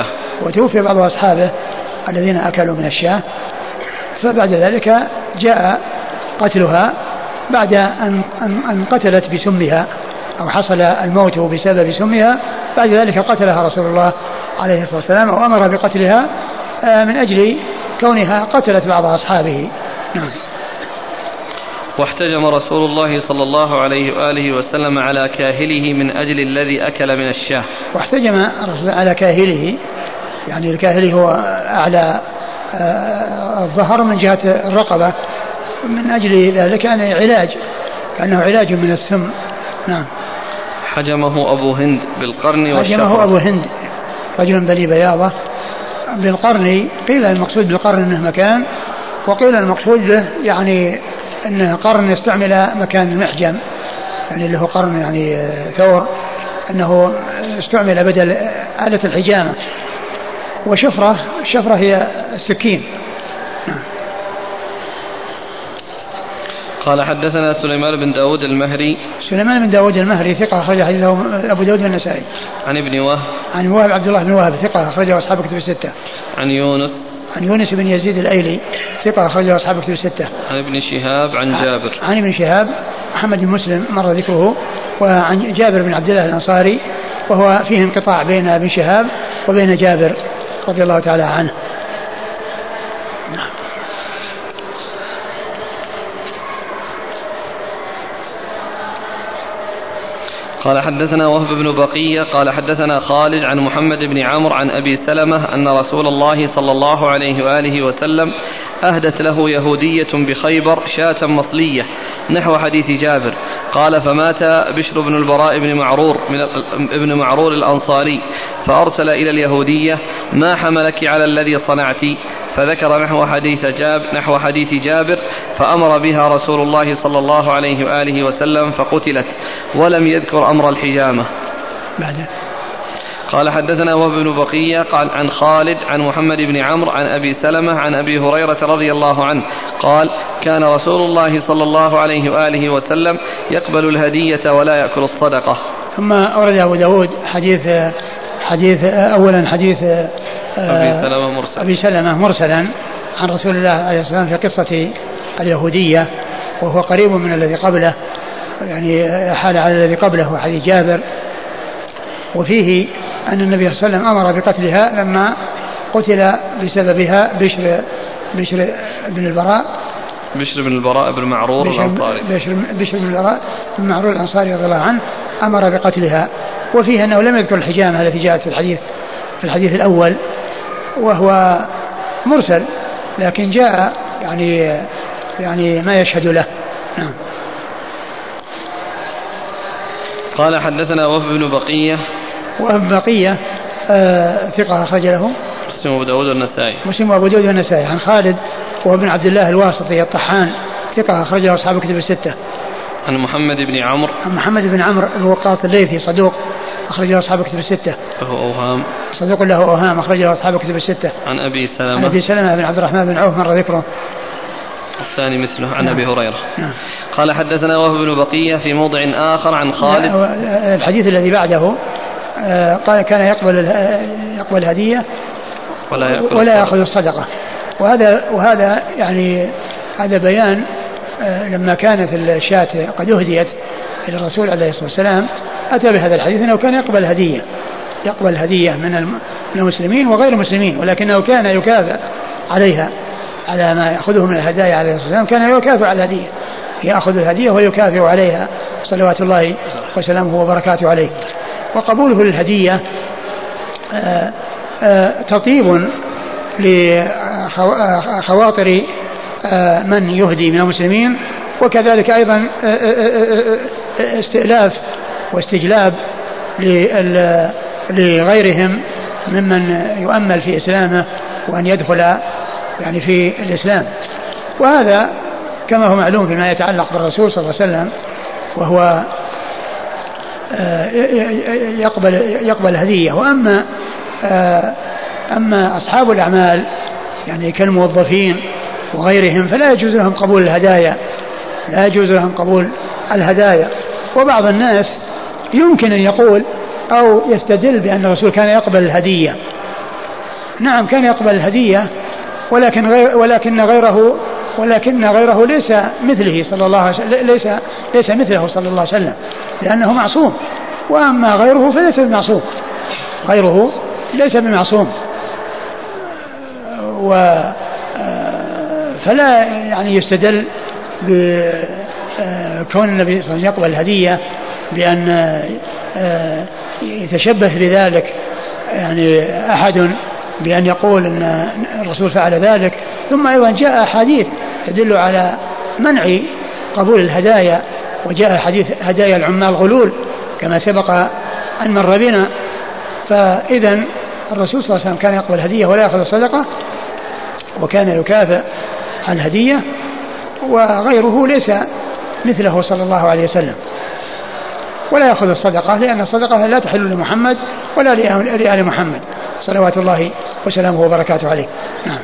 من الشاه. فبعد ذلك جاء قتلها بعد أن قتلت بسمها أو حصل الموت بسبب سمها. بعد ذلك قتلها رسول الله عليه الصلاة والسلام وأمر بقتلها من أجل كونها قتلت بعض أصحابه. نعم. واحتجم رسول الله صلى الله عليه وآله وسلم على كاهله من أجل الذي أكل من الشاه. واحتجم الرسول على كاهله، يعني الكاهل هو أعلى الظهر من جهة الرقبة، من أجل ذلك كأنه علاج من السم. نعم. حجمه أبو هند بالقرن والشفرة. حجمه أبو هند رجل بني بياضة بالقرن. قيل المقصود بالقرن أنه مكان، وقيل المقصود به يعني أنه قرن استعمل مكان المحجم، يعني اللي هو قرن يعني ثور، أنه استعمل بدل آلة الحجامة. الشفرة هي السكين. قال حدثنا سليمان بن داود المهري ثقة أخرج حديثه أبو داود والنسائي. عن ابن وهب عبد الله بن وهب ثقة أخرجه أصحاب الكتب الستة. عن يونس بن يزيد الأيلي ثقة أخرجه أصحاب الكتب الستة. عن ابن شهاب عن جابر. عن ابن شهاب محمد بن مسلم مر ذكره، وعن جابر بن عبد الله الأنصاري، وهو فيه انقطاع بين ابن شهاب وبين جابر رضي الله تعالى عنه. قال حدثنا وهب بن بقية قال حدثنا خالد عن محمد بن عمرو عن أبي سلمة أن رسول الله صلى الله عليه وآله وسلم أهدت له يهودية بخيبر شاة مصلية نحو حديث جابر. قال فمات بشر بن البراء ابن معرور الأنصاري، فأرسل إلى اليهودية ما حملك على الذي صنعت، فذكر نحو حديث جابر، فأمر بها رسول الله صلى الله عليه وآله وسلم فقتلت، ولم يذكر أمر الحجامة. قال حدثنا وهب بن بقية قال عن خالد عن محمد بن عمرو عن أبي سلمة عن أبي هريرة رضي الله عنه قال كان رسول الله صلى الله عليه وآله وسلم يقبل الهدية ولا يأكل الصدقة. ثم أورد أبو داود حديث أبي سلمة مرسلا عن رسول الله عليه الصلاة والسلام في قصة اليهودية، وهو قريب من الذي قبله، يعني حال على الذي قبله حديث جابر. وفيه أن النبي صلى الله عليه وسلم أمر بقتلها لما قتل بسببها بشر بن البراء بن معرور الأنصاري. بشر بن البراء بن معرور الأنصاري رضي الله عنه أمر بقتلها. وفيه أنه لم يذكر الحجامة التي جاءت في الحديث الأول، وهو مرسل، لكن جاء يعني ما يشهد له. نعم. قال حدثنا وهب بن بقية ثقة أخرج له مسلم وأبو داود والنسائي. عن خالد وهو بن عبد الله الواسطي الطحان ثقة أخرج له أصحاب الكتب الستة. عن محمد بن عمرو الوقاص الليثي صدوق أخرج له أصحاب الكتب الستة. صدوق له أوهام أخرج له أصحاب الكتب الستة. عن أبي سلمة بن عبد الرحمن بن عوف مر ذكره. الثاني مثله عن أبي هريرة. قال حدثنا وهب بن بقية في موضع آخر عن خالد. الحديث الذي بعده قال كان يقبل الهدية ولا يأخذ الصدقة. وهذا يعني هذا بيان لما كانت الشاة قد أهديت إلى الرسول عليه الصلاة والسلام أتى بهذا الحديث أنه كان يقبل هدية من المسلمين وغير المسلمين، ولكنه كان يكافئ عليها على ما يأخذه من الهدايا عليه الصلاة والسلام، كان يكافئ على الهدية، يأخذ الهدية ويكافئ عليها صلوات الله وسلامه وبركاته عليه. وقبوله للهدية تطيب لخواطر من يهدي من المسلمين، وكذلك أيضا استئلاف واستجلاب لغيرهم ممن يؤمل في إسلامه وأن يدخل يعني في الإسلام. وهذا كما هو معلوم فيما يتعلق بالرسول صلى الله عليه وسلم، وهو يقبل هدية. أما أصحاب الأعمال يعني كالموظفين وغيرهم فلا يجوز لهم قبول الهدايا. وبعض الناس يمكن أن يقول أو يستدل بأن الرسول كان يقبل الهدية. نعم كان يقبل الهدية، ولكن غيره ليس مثله صلى الله عليه وسلم، ليس مثله صلى الله عليه وسلم، لأنه معصوم. وأما غيره فليس بمعصوم، فلا يعني يستدل بكون النبي صلى الله عليه وسلم يقبل الهدية بأن يتشبه بذلك يعني أحد بأن يقول أن الرسول فعل ذلك. ثم أيضا جاء حديث تدل على منع قبول الهدايا، وجاء حديث هدايا العمال غلول كما سبق أن مر بنا. فإذا الرسول صلى الله عليه وسلم كان يقبل الهدية ولا يأخذ الصدقة، وكان يكافئ على الهدية، وغيره ليس مثله صلى الله عليه وسلم، ولا يأخذ الصدقة، لأن الصدقة لا تحل لمحمد ولا لآل محمد صلوات الله وسلامه وبركاته عليه. نعم.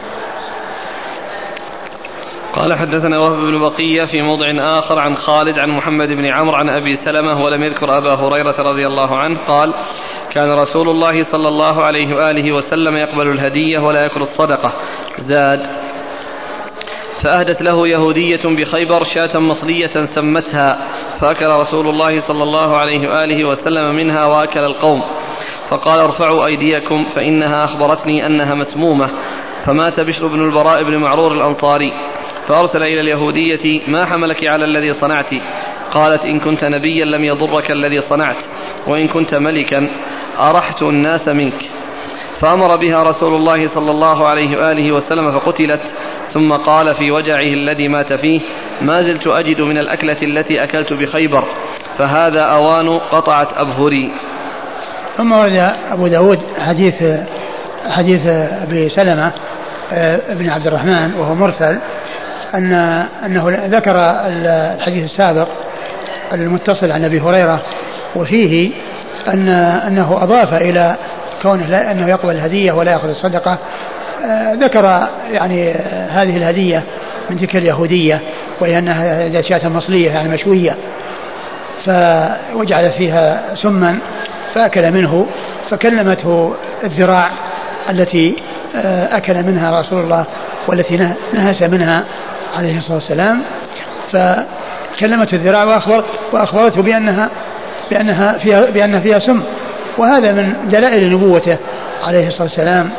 قال حدثنا وهب بن بقية في موضع آخر عن خالد عن محمد بن عمرو عن أبي سلمة ولم يذكر أبا هريرة رضي الله عنه قال كان رسول الله صلى الله عليه وآله وسلم يقبل الهدية ولا يأكل الصدقة. زاد فأهدت له يهودية بخيبر شاة مصلية سمتها، فأكل رسول الله صلى الله عليه وآله وسلم منها وأكل القوم، فقال ارفعوا أيديكم فإنها أخبرتني أنها مسمومة. فمات بشر بن البراء بن معرور الأنصاري، فأرسل إلى اليهودية ما حملك على الذي صنعت؟ قالت إن كنت نبيا لم يضرك الذي صنعت، وإن كنت ملكا أرحت الناس منك. فأمر بها رسول الله صلى الله عليه وآله وسلم فقتلت. ثم قال في وجعه الذي مات فيه ما زلت أجد من الأكلة التي أكلت بخيبر، فهذا أوان قطعت أبهري. ثم ورد أبو داود حديث أبي سلمة ابن عبد الرحمن وهو مرسل، أنه ذكر الحديث السابق المتصل عن أبي هريرة، وفيه أنه أضاف إلى كونه أنه يقبل الهدية ولا يأخذ الصدقة، ذكر يعني هذه الهدية من تلك اليهودية، وهي أنها شاة مصلية يعني مشوية، فوجعل فيها سما فأكل منه، فكلمته الذراع التي أكل منها رسول الله والتي نهس منها عليه الصلاة والسلام، فكلمته الذراع وأخبرته بأنها فيها سم. وهذا من دلائل نبوته عليه الصلاة والسلام.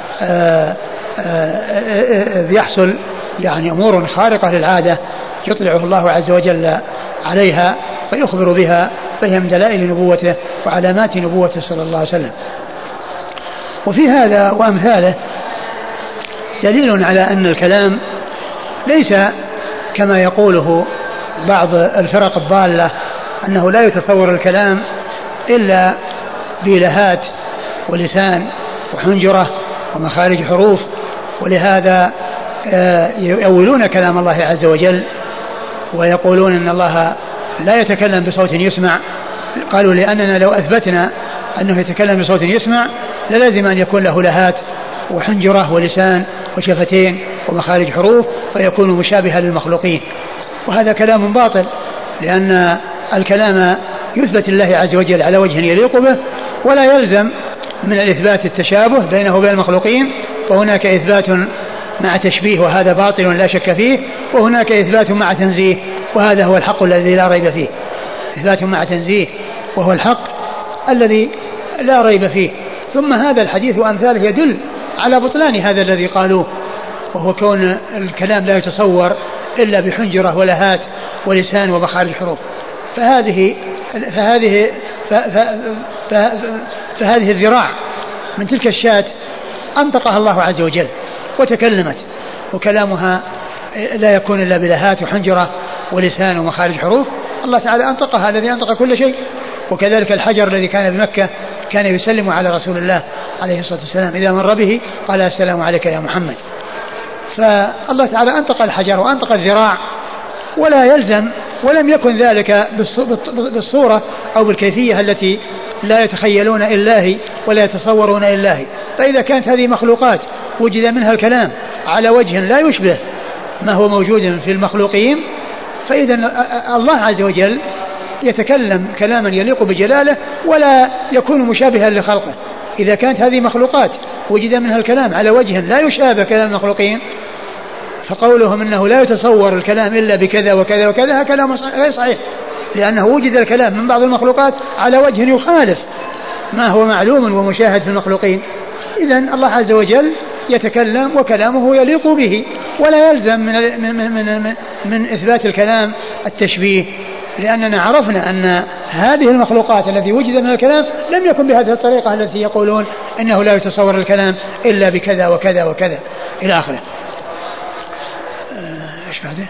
يحصل يعني أمور خارقة للعادة يطلعه الله عز وجل عليها فيخبر بها، فهي من دلائل نبوته وعلامات نبوته صلى الله عليه وسلم. وفي هذا وأمثاله دليل على أن الكلام ليس كما يقوله بعض الفرق الضالة، أنه لا يتصور الكلام إلا بلهات ولسان وحنجرة ومخارج حروف، ولهذا يؤولون كلام الله عز وجل ويقولون أن الله لا يتكلم بصوت يسمع. قالوا لأننا لو أثبتنا أنه يتكلم بصوت يسمع للازم أن يكون له لهات وحنجرة ولسان وشفتين ومخارج حروف فيكون مشابها للمخلوقين، وهذا كلام باطل، لأن الكلام يثبت الله عز وجل على وجه يليق به، ولا يلزم من الإثبات التشابه بينه وبين المخلوقين، وهناك إثبات مع تشبيه وهذا باطل لا شك فيه، وهناك إثبات مع تنزيه وهذا هو الحق الذي لا ريب فيه. إثبات مع تنزيه وهو الحق الذي لا ريب فيه. ثم هذا الحديث وأمثاله يدل على بطلان هذا الذي قالوه، وهو كون الكلام لا يتصور إلا بحنجرة ولهات ولسان ومخارج حروف. فهذه الذراع من تلك الشاة أنطقها الله عز وجل وتكلمت، وكلامها لا يكون إلا بلهات وحنجرة ولسان ومخارج حروف. الله تعالى أنطقها الذي أنطق كل شيء. وكذلك الحجر الذي كان بمكة كان يسلم على رسول الله عليه الصلاة والسلام، إذا مر به قال السلام عليك يا محمد. فالله تعالى أنطق الحجر وأنطق الذراع، ولا يلزم ولم يكن ذلك بالصورة أو بالكيفية التي لا يتخيلون إلا هي ولا يتصورون إلا هي. فإذا كانت هذه مخلوقات وجد منها الكلام على وجه لا يشبه ما هو موجود في المخلوقين، فإذا الله عز وجل يتكلم كلاما يليق بجلاله ولا يكون مشابها لخلقه. إذا كانت هذه مخلوقات وجد منها الكلام على وجه لا يشابه كلام المخلوقين، فقولهم إنه لا يتصور الكلام إلا بكذا وكذا وكذا كلام غير صحيح، لأنه وجد الكلام من بعض المخلوقات على وجه يخالف ما هو معلوم ومشاهد في المخلوقين. إذن الله عز وجل يتكلم وكلامه يليق به، ولا يلزم من إثبات الكلام التشبيه، لأننا عرفنا أن هذه المخلوقات التي وجد من الكلام لم يكن بهذه الطريقة التي يقولون إنه لا يتصور الكلام إلا بكذا وكذا وكذا إلى آخره. إيش بعده؟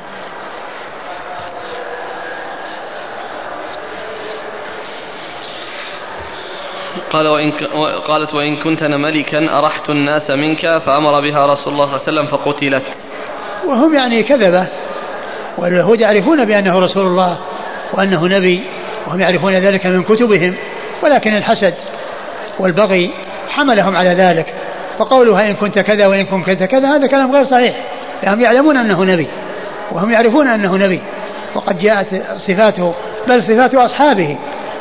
قالت وإن كنت ملكا أرحت الناس منك فأمر بها رسول الله صلى الله عليه وسلم فقتلت. وهم يعني كذبة، واليهود يعرفون بأنه رسول الله وأنه نبي، وهم يعرفون ذلك من كتبهم، ولكن الحسد والبغي حملهم على ذلك. فقولها إن كنت كذا وإن كنت كذا هذا كلام غير صحيح، لأنهم يعلمون أنه نبي وهم يعرفون أنه نبي، وقد جاءت صفاته بل صفات أصحابه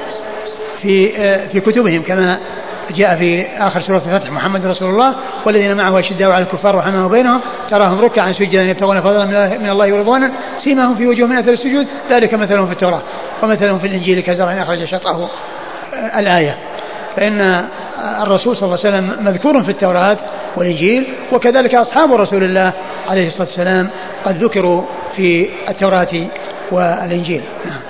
في كتبهم كما جاء في آخر سورة الفتح: محمد رسول الله والذين معه أشداء على الكفار رحماء بينهم تراهم ركعا سجدا يبتغون فضلا من الله ورضوانا سيماهم في وجوههم من أثر السجود ذلك مثلهم في التوراة ومثلهم في الإنجيل كزرع أخرج شطأه الآية. فإن الرسول صلى الله عليه وسلم مذكور في التوراة والإنجيل، وكذلك أصحاب رسول الله عليه الصلاة والسلام قد ذكروا في التوراة والإنجيل.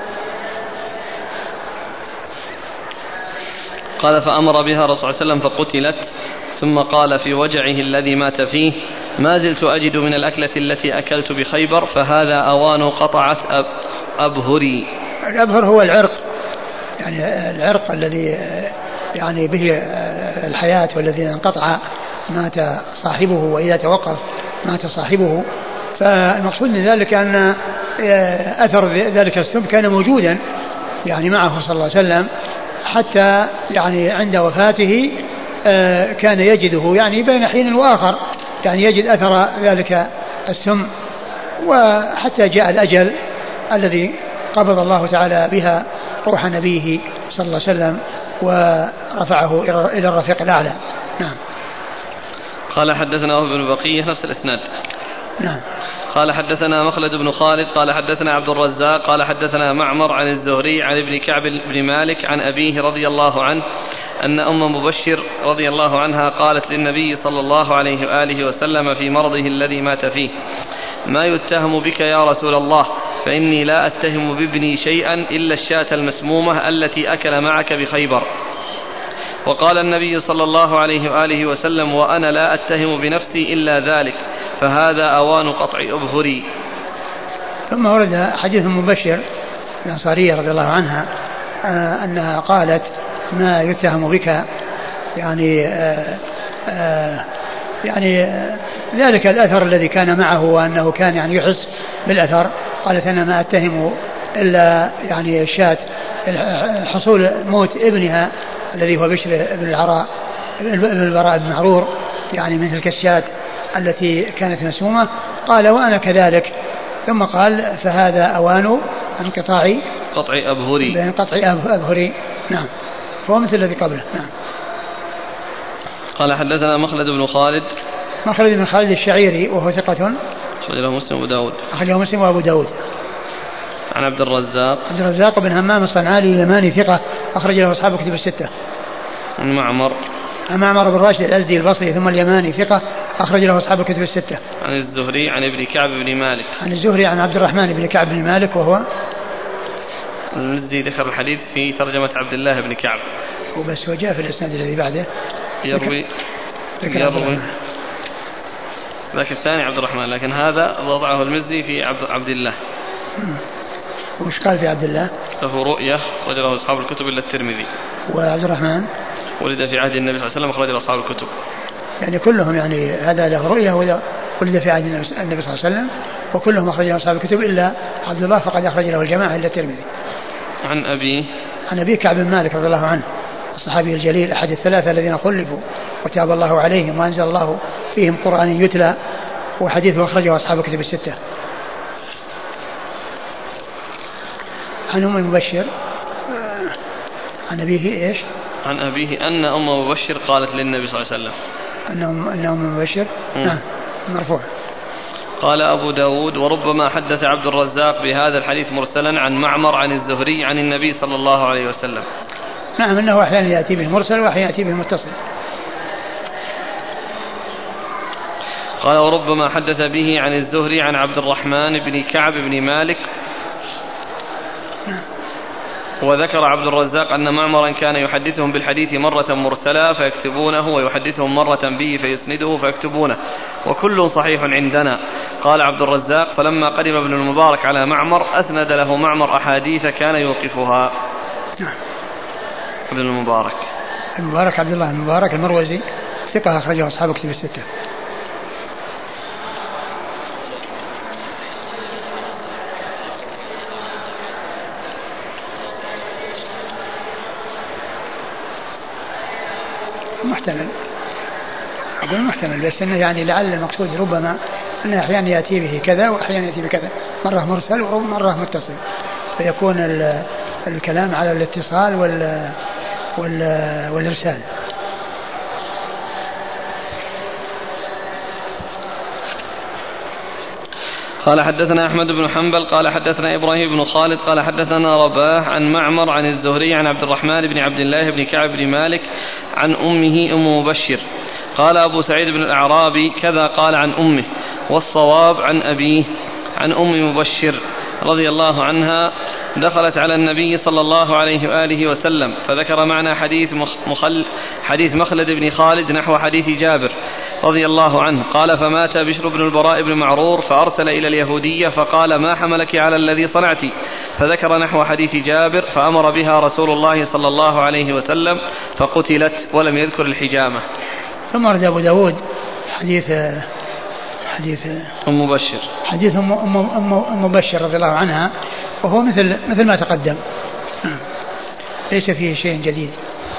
قال فأمر بها رسول الله صلى الله عليه وسلم فقتلت، ثم قال في وجعه الذي مات فيه: ما زلت أجد من الأكلة التي أكلت بخيبر فهذا أوان قطعت أبهري. الأبهر هو العرق، يعني العرق الذي يعني به الحياة والذي انقطع مات صاحبه، وإذا توقف مات صاحبه. فالمقصود من ذلك أن أثر ذلك السم كان موجودا يعني معه صلى الله عليه وسلم، حتى يعني عند وفاته كان يجده يعني بين حين وآخر، يعني يجد أثر ذلك السم، وحتى جاء الأجل الذي قبض الله تعالى بها روح نبيه صلى الله عليه وسلم ورفعه إلى الرفيق الأعلى. نعم. قال حدثنا ابن بقية نفس الإسناد. نعم. قال حدثنا مخلد بن خالد قال حدثنا عبد الرزاق قال حدثنا معمر عن الزهري عن ابن كعب بن مالك عن أبيه رضي الله عنه أن أم مبشر رضي الله عنها قالت للنبي صلى الله عليه وآله وسلم في مرضه الذي مات فيه: ما يتهم بك يا رسول الله، فإني لا أتهم بابني شيئا إلا الشاة المسمومة التي أكل معك بخيبر. وقال النبي صلى الله عليه وآله وسلم: وأنا لا أتهم بنفسي إلا ذلك، فهذا أوان قطع أبهري. ثم ورد حديث مبشر الأنصارية رضي الله عنها أنها قالت: ما يتهم بك، يعني ذلك الأثر الذي كان معه وأنه كان يعني يحس بالأثر. قالت: أنا ما أتهم إلا يعني الشاة، حصول موت ابنها الذي هو بشر بن البراء بن معرور، يعني من تلك الشاة التي كانت مسمومة. قال: وأنا كذلك. ثم قال: فهذا أوان انقطاع قطع أبهري. قطع أبهري. نعم. فهو مثل الذي قبله. نعم. قال حدثنا مخلد بن خالد. مخلد بن خالد الشعيري وهو ثقة أخرج له مسلم وأبو داود. أخرجه مسلم وأبو داود. عن عبد الرزاق. عبد الرزاق بن همام الصنعاني اليماني ثقة أخرج له أصحاب كتب الستة. عن معمر. عن معمر بن راشد الأزدي البصري ثم اليماني ثقة أخرج له أصحاب كتب الستة. عن الزهري عن ابن كعب بن مالك. عن الزهري عن عبد الرحمن بن كعب بن مالك وهو المزي ذكر الحديث في ترجمة عبد الله بن كعب. وبس وجاء في الإسناد الذي بعده يروي ذاك الثاني عبد الرحمن، لكن هذا وضعه المزي في عبد الله. وش قال في عبد الله؟ له رؤية رجله أصحاب الكتب إلا الترمذي. وعبد الرحمن ولد في عهد النبي صلى الله عليه وسلم أخرج أصحاب الكتب. يعني كلهم يعني هذا له رؤية وهذا ولد في عهد النبي صلى الله عليه وسلم وكلهم أخرج أصحاب الكتب إلا عبد الله فقد أخرج له الجماعة إلا الترمذي. عن أبي كعب بن مالك رضي الله عنه الصحابي الجليل أحد الثلاثة الذين خلفوا وتاب الله عليهم وأنزل الله فيهم قرآن يتلى وحديثه أخرجه أصحاب كتب الستة. عن أم المبشر عن أبيه إيش؟ عن أبيه أن أم المبشر قالت للنبي صلى الله عليه وسلم أن أم المبشر نعم مرفوع. قال أبو داود وربما حدث عبد الرزاق بهذا الحديث مرسلا عن معمر عن الزهري عن النبي صلى الله عليه وسلم. نعم أنه أحيانا يأتي به مرسل وأحيانا يأتي به متصل. قال وربما حدث به عن الزهري عن عبد الرحمن بن كعب بن مالك. وذكر عبد الرزاق أن معمرا كان يحدثهم بالحديث مرة مرسلا فيكتبونه ويحدثهم مرة به فيسنده فيكتبونه وكل صحيح عندنا. قال عبد الرزاق فلما قدم ابن المبارك على معمر أسند له معمر أحاديث كان يوقفها. ابن المبارك عبد الله المبارك المروزي ثقة أخرجه أصحاب كتب الستة. محتمل بس انه يعني لعل المقصود ربما انه احيانا ياتي به كذا واحيانا ياتي بكذا، مره مرسل ومره متصل، فيكون الكلام على الاتصال والارسال. قال حدثنا أحمد بن حنبل قال حدثنا إبراهيم بن خالد قال حدثنا رباح عن معمر عن الزهري عن عبد الرحمن بن عبد الله بن كعب بن مالك عن أمه أم مبشر. قال أبو سعيد بن الأعرابي كذا قال عن أمه، والصواب عن أبيه عن أم مبشر رضي الله عنها دخلت على النبي صلى الله عليه وآله وسلم فذكر معنى حديث مخلد بن خالد نحو حديث جابر رضي الله عنه. قال فمات بشر بن البراء بن معرور فأرسل إلى اليهودية فقال ما حملك على الذي صنعت، فذكر نحو حديث جابر فأمر بها رسول الله صلى الله عليه وسلم فقتلت ولم يذكر الحجامة. ثم ورد أبو داود حديث أم مبشر، حديث أم مبشر رضي الله عنها، وهو مثل ما تقدم، ليس فيه شيء جديد.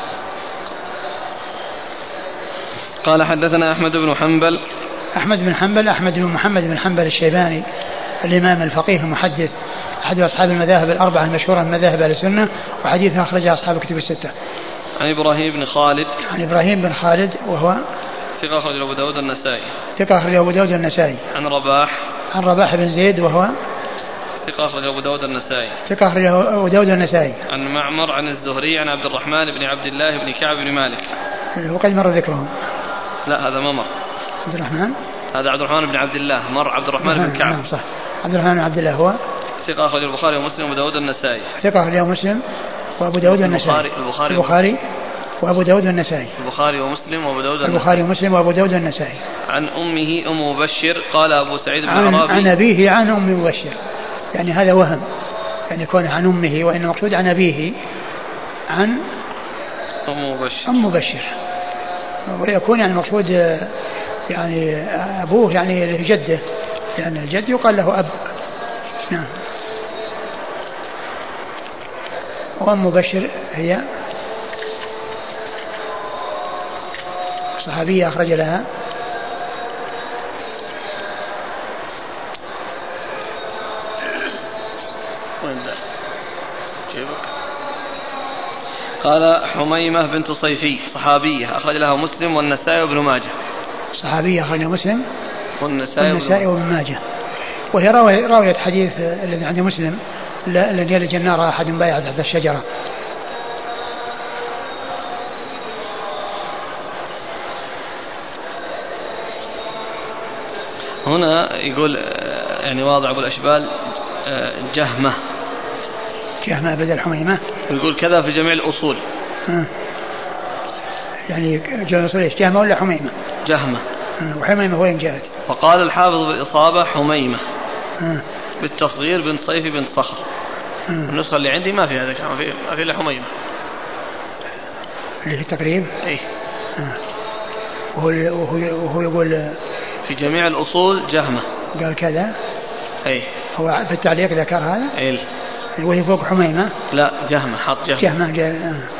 قال حدثنا أحمد بن حنبل أحمد بن محمد بن حنبل الشيباني الإمام الفقيه المحدث أحد أصحاب المذاهب الأربعة المشهورة من مذاهب أهل السنة، وحديثه أخرجه أصحاب الكتب الستة. عن إبراهيم بن خالد وهو ثقة أخرجه أبو داود النسائي. عن رباح بن زيد وهو ثقة أخرجه أبو داود النسائي. عن معمر عن الزهري عن عبد الرحمن بن عبد الله بن كعب بن مالك، وقد مر ذكرهم. لا هذا ما مر. هذا عبد الرحمن بن عبد الله، مر عبد الرحمن بن كعب. نعم صح، عبد الرحمن بن عبد الله هو ثقة أخرجه البخاري ومسلم وأبو داود النسائي. ثقة أخرجه مسلم وأبو داود النسائي. البخاري وأبو داود النسائي. البخاري ومسلم وأبو داود النسائي. عن أمه أم مبشر. قال أبو سعيد بن العرابي عن أبيه عن أم مبشر، يعني هذا وهم، يعني يكون عن أمه وإن مقصود عن أبيه عن أم مبشر، ويكون يعني مقصود يعني أبوه يعني جده، يعني الجد يقال له أب. نعم. وأم مبشر هي صحابية أخرج لها قال حميمة بنت صيفي صحابية أخرج لها مسلم والنسائي وابن ماجه. صحابية أخرج مسلم والنسائي وابن ماجه. وهي راوية حديث الذي عند مسلم لن يلج النار أحد بايع تحت الشجرة. هنا يقول يعني واضع أبو الأشبال جهمة بدل حميمة. يقول كذا في جميع الأصول. يعني جميع الأصول إيش؟ جهمة ولا حميمة؟ جهمة. وحميمة وين جاءت؟ وقال الحافظ بالإصابة حميمة بالتصغير بن صيفي بن صخر. النسخة اللي عندي ما في هذا الكلام، ما في إلا حميمة اللي في التقريب. إيه. وهو يقول في جميع الأصول جهمة. قال كذا. أي. هو في التعليق ذكر هذا. إيه. وهي فوق حميمة. لا جهمة، حط جهمة.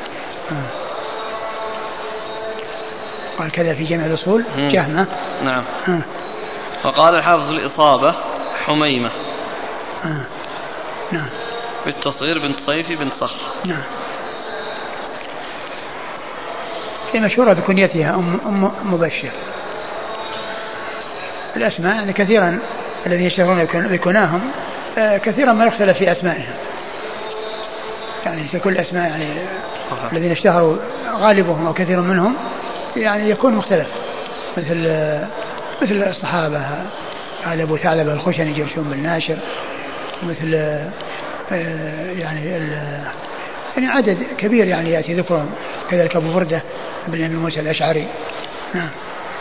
قال كذا في جميع الأصول جهمة. نعم. وقال الحافظ الإصابة حميمة. نعم. بالتصغير بن صيفي بن صخر. نعم. هي مشهورة بكنيتها أم مبشر. الأسماء يعني كثيرا الذين يشتهرون بكناهم كثيرا ما يختلف في أسمائهم، يعني في كل أسماء يعني الذين اشتهروا غالبهم أو كثير منهم يعني يكون مختلف، مثل الصحابة على أبو ثعلبة الخشني جرشون بن ناشر، مثل يعني عدد كبير يعني يأتي ذكرهم، كذلك أبو بردة بن أبي موسى الأشعري. نعم.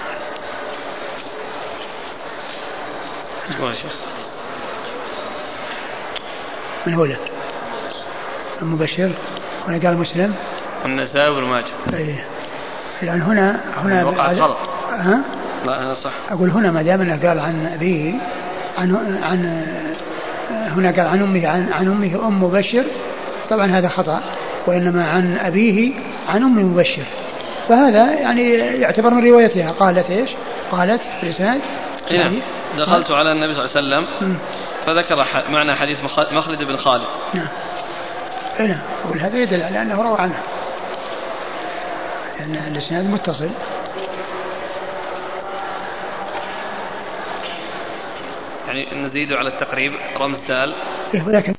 من هو له المبشر؟ هنا قال مسلم النسائي وابن ماجه. ايه لأن هنا وقع غلط. ها؟ لا أنا صح. أقول هنا ما دام أنه قال عن أبيه عن هنا قال عن أمه أم مبشر، طبعا هذا خطأ، وإنما عن أبيه عن أم مبشر، فهذا يعني يعتبر من روايتها. قالت إيش؟ قالت في الإسناد دخلت على النبي صلى الله عليه وسلم فذكر معنى حديث مخلد بن خالد. نعم. هنا أقول هذا يدل على أنه روى عنه، لأن الإسناد متصل. يعني نزيد على التقريب رمز دال. ولكن